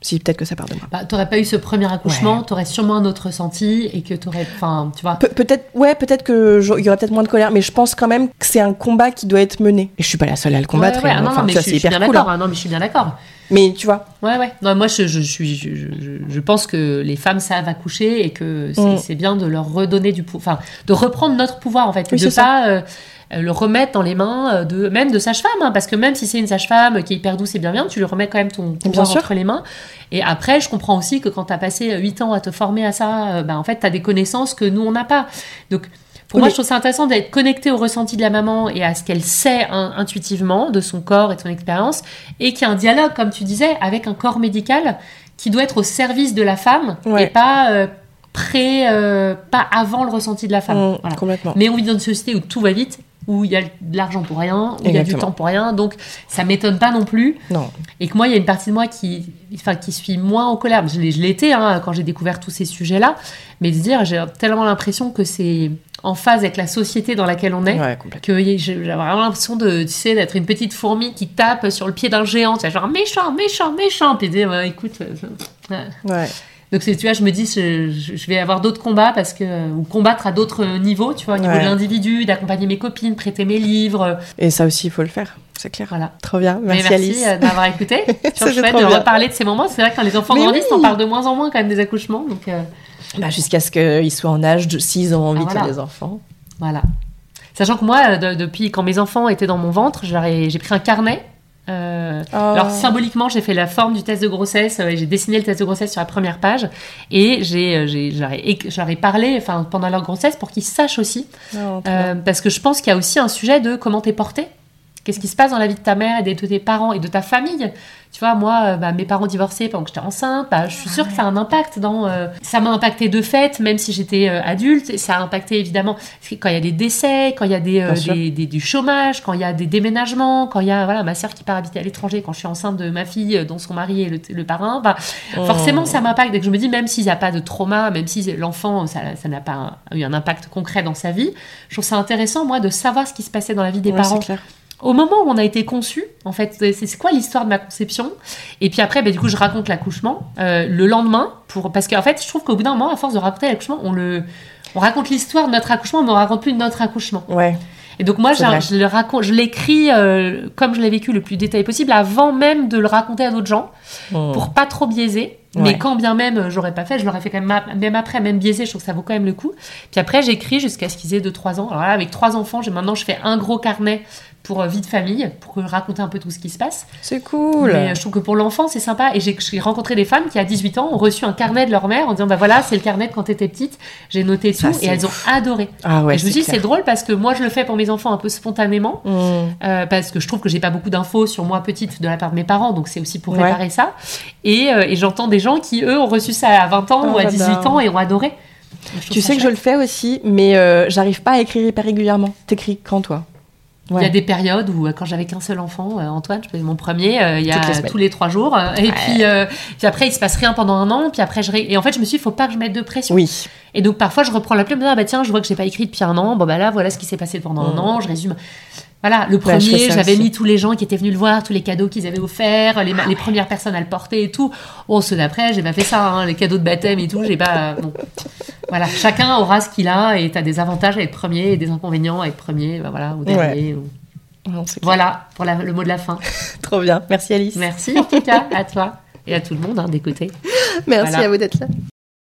[SPEAKER 5] si peut-être que ça part de moi.
[SPEAKER 6] Bah, t'aurais pas eu ce premier accouchement, ouais. T'aurais sûrement un autre ressenti et que t'aurais, enfin, tu vois.
[SPEAKER 5] Pe- peut-être, ouais, peut-être que je, il y aurait peut-être moins de colère, mais je pense quand même que c'est un combat qui doit être mené. Et je suis pas la seule à le combattre.
[SPEAKER 6] Ouais, ouais,
[SPEAKER 5] et,
[SPEAKER 6] ah, non,
[SPEAKER 5] enfin,
[SPEAKER 6] non, mais
[SPEAKER 5] ça,
[SPEAKER 6] je,
[SPEAKER 5] c'est
[SPEAKER 6] je suis
[SPEAKER 5] hyper
[SPEAKER 6] bien
[SPEAKER 5] cool.
[SPEAKER 6] d'accord.
[SPEAKER 5] Hein.
[SPEAKER 6] Hein, non, mais je suis bien d'accord.
[SPEAKER 5] Mais tu vois.
[SPEAKER 6] Ouais, ouais. Non, moi, je, je suis, je, je, je, je pense que les femmes savent accoucher et que c'est,
[SPEAKER 5] mm.
[SPEAKER 6] c'est bien de leur redonner du pouvoir, enfin, de reprendre notre pouvoir en fait,
[SPEAKER 5] oui,
[SPEAKER 6] de pas euh, le remettre dans les mains de même de sage-femme, hein, parce que même si c'est une sage-femme qui est hyper douce et bienveillante, tu lui remets quand même ton pouvoir
[SPEAKER 5] bien
[SPEAKER 6] entre
[SPEAKER 5] sûr.
[SPEAKER 6] les mains. Et après, je comprends aussi que quand t'as passé huit ans à te former à ça, euh, bah, en fait, t'as des connaissances que nous on n'a pas. Donc pour
[SPEAKER 5] oui,
[SPEAKER 6] moi,
[SPEAKER 5] mais...
[SPEAKER 6] je trouve ça intéressant d'être connecté au ressenti de la maman et à ce qu'elle sait hein, intuitivement de son corps et de son expérience, et qu'il y a un dialogue, comme tu disais, avec un corps médical qui doit être au service de la femme
[SPEAKER 5] ouais.
[SPEAKER 6] et pas euh, près, euh, pas avant le ressenti de la femme.
[SPEAKER 5] Mmh,
[SPEAKER 6] voilà.
[SPEAKER 5] Complètement.
[SPEAKER 6] Mais on vit dans une société où tout va vite, où il y a de l'argent pour rien, où il y a du temps pour rien, donc ça m'étonne pas non plus.
[SPEAKER 5] Non.
[SPEAKER 6] Et que moi, il y a une partie de moi qui, enfin, qui suis moins en colère. Je l'ai, je l'ai été hein, quand j'ai découvert tous ces sujets-là, mais de dire, j'ai tellement l'impression que c'est en phase avec la société dans laquelle on est,
[SPEAKER 5] ouais,
[SPEAKER 6] que j'ai vraiment l'impression de, tu sais, d'être une petite fourmi qui tape sur le pied d'un géant, tu vois, genre méchant, méchant, méchant, puis dire, ouais, écoute, je... ouais.
[SPEAKER 5] ouais.
[SPEAKER 6] Donc c'est, tu vois, je me dis, je, je vais avoir d'autres combats parce que ou combattre à d'autres niveaux, tu vois, au niveau
[SPEAKER 5] ouais.
[SPEAKER 6] de l'individu, d'accompagner mes copines, prêter mes livres.
[SPEAKER 5] Et ça aussi, il faut le faire, c'est clair.
[SPEAKER 6] Voilà.
[SPEAKER 5] Trop bien, merci,
[SPEAKER 6] merci
[SPEAKER 5] Alice.
[SPEAKER 6] Merci d'avoir écouté. C'est chouette de
[SPEAKER 5] bien.
[SPEAKER 6] reparler de ces moments. C'est vrai que quand les enfants
[SPEAKER 5] mais
[SPEAKER 6] grandissent,
[SPEAKER 5] oui.
[SPEAKER 6] on parle de moins en moins quand même des accouchements. Donc euh...
[SPEAKER 5] bah, jusqu'à ce qu'ils soient en âge de s'ils ont envie ah,
[SPEAKER 6] voilà.
[SPEAKER 5] de les enfants.
[SPEAKER 6] Voilà. Sachant que moi, de, depuis quand mes enfants étaient dans mon ventre, j'ai, j'ai pris un carnet. Euh, oh. Alors symboliquement, j'ai fait la forme du test de grossesse, euh, j'ai dessiné le test de grossesse sur la première page et j'ai, j'ai, j'aurais, j'aurais parlé enfin, pendant leur grossesse pour qu'ils sachent aussi.
[SPEAKER 5] Oh,
[SPEAKER 6] euh, parce que je pense qu'il y a aussi un sujet de comment t'es portée. Qu'est-ce qui se passe dans la vie de ta mère et de tes parents et de ta famille? Tu vois, moi, bah, mes parents divorcés pendant que j'étais enceinte, bah, je suis sûre que ça a un impact dans... Euh, ça m'a impacté de fait, même si j'étais euh, adulte. Et ça a impacté, évidemment, quand il y a des décès, quand il y a des, euh, des, des, du chômage, quand il y a des déménagements, quand il y a voilà, ma sœur qui part habiter à l'étranger, quand je suis enceinte de ma fille, dont son mari est le, le parrain, bah, oh. forcément, ça m'impacte. Et que je me dis, même s'il n'y a pas de trauma, même si l'enfant, ça, ça n'a pas un, eu un impact concret dans sa vie, je trouve ça intéressant, moi, de savoir ce qui se passait dans la vie des
[SPEAKER 5] ouais,
[SPEAKER 6] parents.
[SPEAKER 5] C'est clair.
[SPEAKER 6] Au moment où on a été conçu, en fait, c'est, c'est quoi l'histoire de ma conception? Et puis après, bah, du coup, je raconte l'accouchement euh, le lendemain, pour parce qu'en fait, je trouve qu'au bout d'un moment, à force de raconter l'accouchement, on le, on raconte l'histoire de notre accouchement, mais on raconte plus notre accouchement.
[SPEAKER 5] Ouais.
[SPEAKER 6] Et donc moi, je le raconte, je l'écris euh, comme je l'ai vécu le plus détaillé possible, avant même de le raconter à d'autres gens, mmh. pour pas trop biaiser. Ouais. Mais quand bien même j'aurais pas fait, je l'aurais fait quand même, même après, même biaisé, je trouve que ça vaut quand même le coup. Puis après, j'écris jusqu'à ce qu'ils aient deux trois ans. Alors là, avec trois enfants, j'ai, maintenant, je fais un gros carnet pour euh, vie de famille, pour raconter un peu tout ce qui se passe.
[SPEAKER 5] C'est cool.
[SPEAKER 6] Mais euh, je trouve que pour l'enfant, c'est sympa. Et j'ai, j'ai rencontré des femmes qui, à dix-huit ans, ont reçu un carnet de leur mère en disant, bah voilà, c'est le carnet de quand t'étais petite. J'ai noté tout. Ça, et elles ont adoré.
[SPEAKER 5] Ah ouais,
[SPEAKER 6] et je me
[SPEAKER 5] c'est
[SPEAKER 6] dis,
[SPEAKER 5] clair.
[SPEAKER 6] c'est drôle parce que moi, je le fais pour mes enfants un peu spontanément.
[SPEAKER 5] Mmh.
[SPEAKER 6] Euh, parce que je trouve que j'ai pas beaucoup d'infos sur moi petite de la part de mes parents. Donc c'est aussi pour réparer ouais. ça. Et, euh, et j'entends des gens qui, eux, ont reçu ça à vingt ans oh, ou à dix-huit ans et ont adoré.
[SPEAKER 5] Tu sais que chouette. Je le fais aussi, mais euh, j'arrive pas à écrire hyper régulièrement. T'écris quand, toi?
[SPEAKER 6] Ouais. Il y a des périodes où, quand j'avais qu'un seul enfant, euh, Antoine, je mon premier, euh, il y a les tous les trois jours. Euh, et ouais. puis, euh, puis après, il se passe rien pendant un an. Puis après, je ré... Et en fait, je me suis dit, il faut pas que je mette de pression.
[SPEAKER 5] Oui.
[SPEAKER 6] Et donc, parfois, je reprends la plume, ah bah tiens, je vois que j'ai pas écrit depuis un an. Bon, bah là, voilà ce qui s'est passé pendant mmh. un an. Je résume. Voilà, le premier, ouais, j'avais aussi. mis tous les gens qui étaient venus le voir, tous les cadeaux qu'ils avaient offerts, les, les premières personnes à le porter et tout. Bon, ceux d'après, j'ai pas fait ça, hein, les cadeaux de baptême et tout, j'ai pas... Bon. Voilà, chacun aura ce qu'il a et t'as des avantages à être premier et des inconvénients à être premier, bah voilà, ou dernier. Ouais. Ou... Non, voilà, pour la, le mot de la fin.
[SPEAKER 5] Trop bien, merci Alice.
[SPEAKER 6] Merci en tout cas, à toi et à tout le monde hein, d'écouter.
[SPEAKER 5] Merci
[SPEAKER 6] voilà.
[SPEAKER 5] à vous d'être là.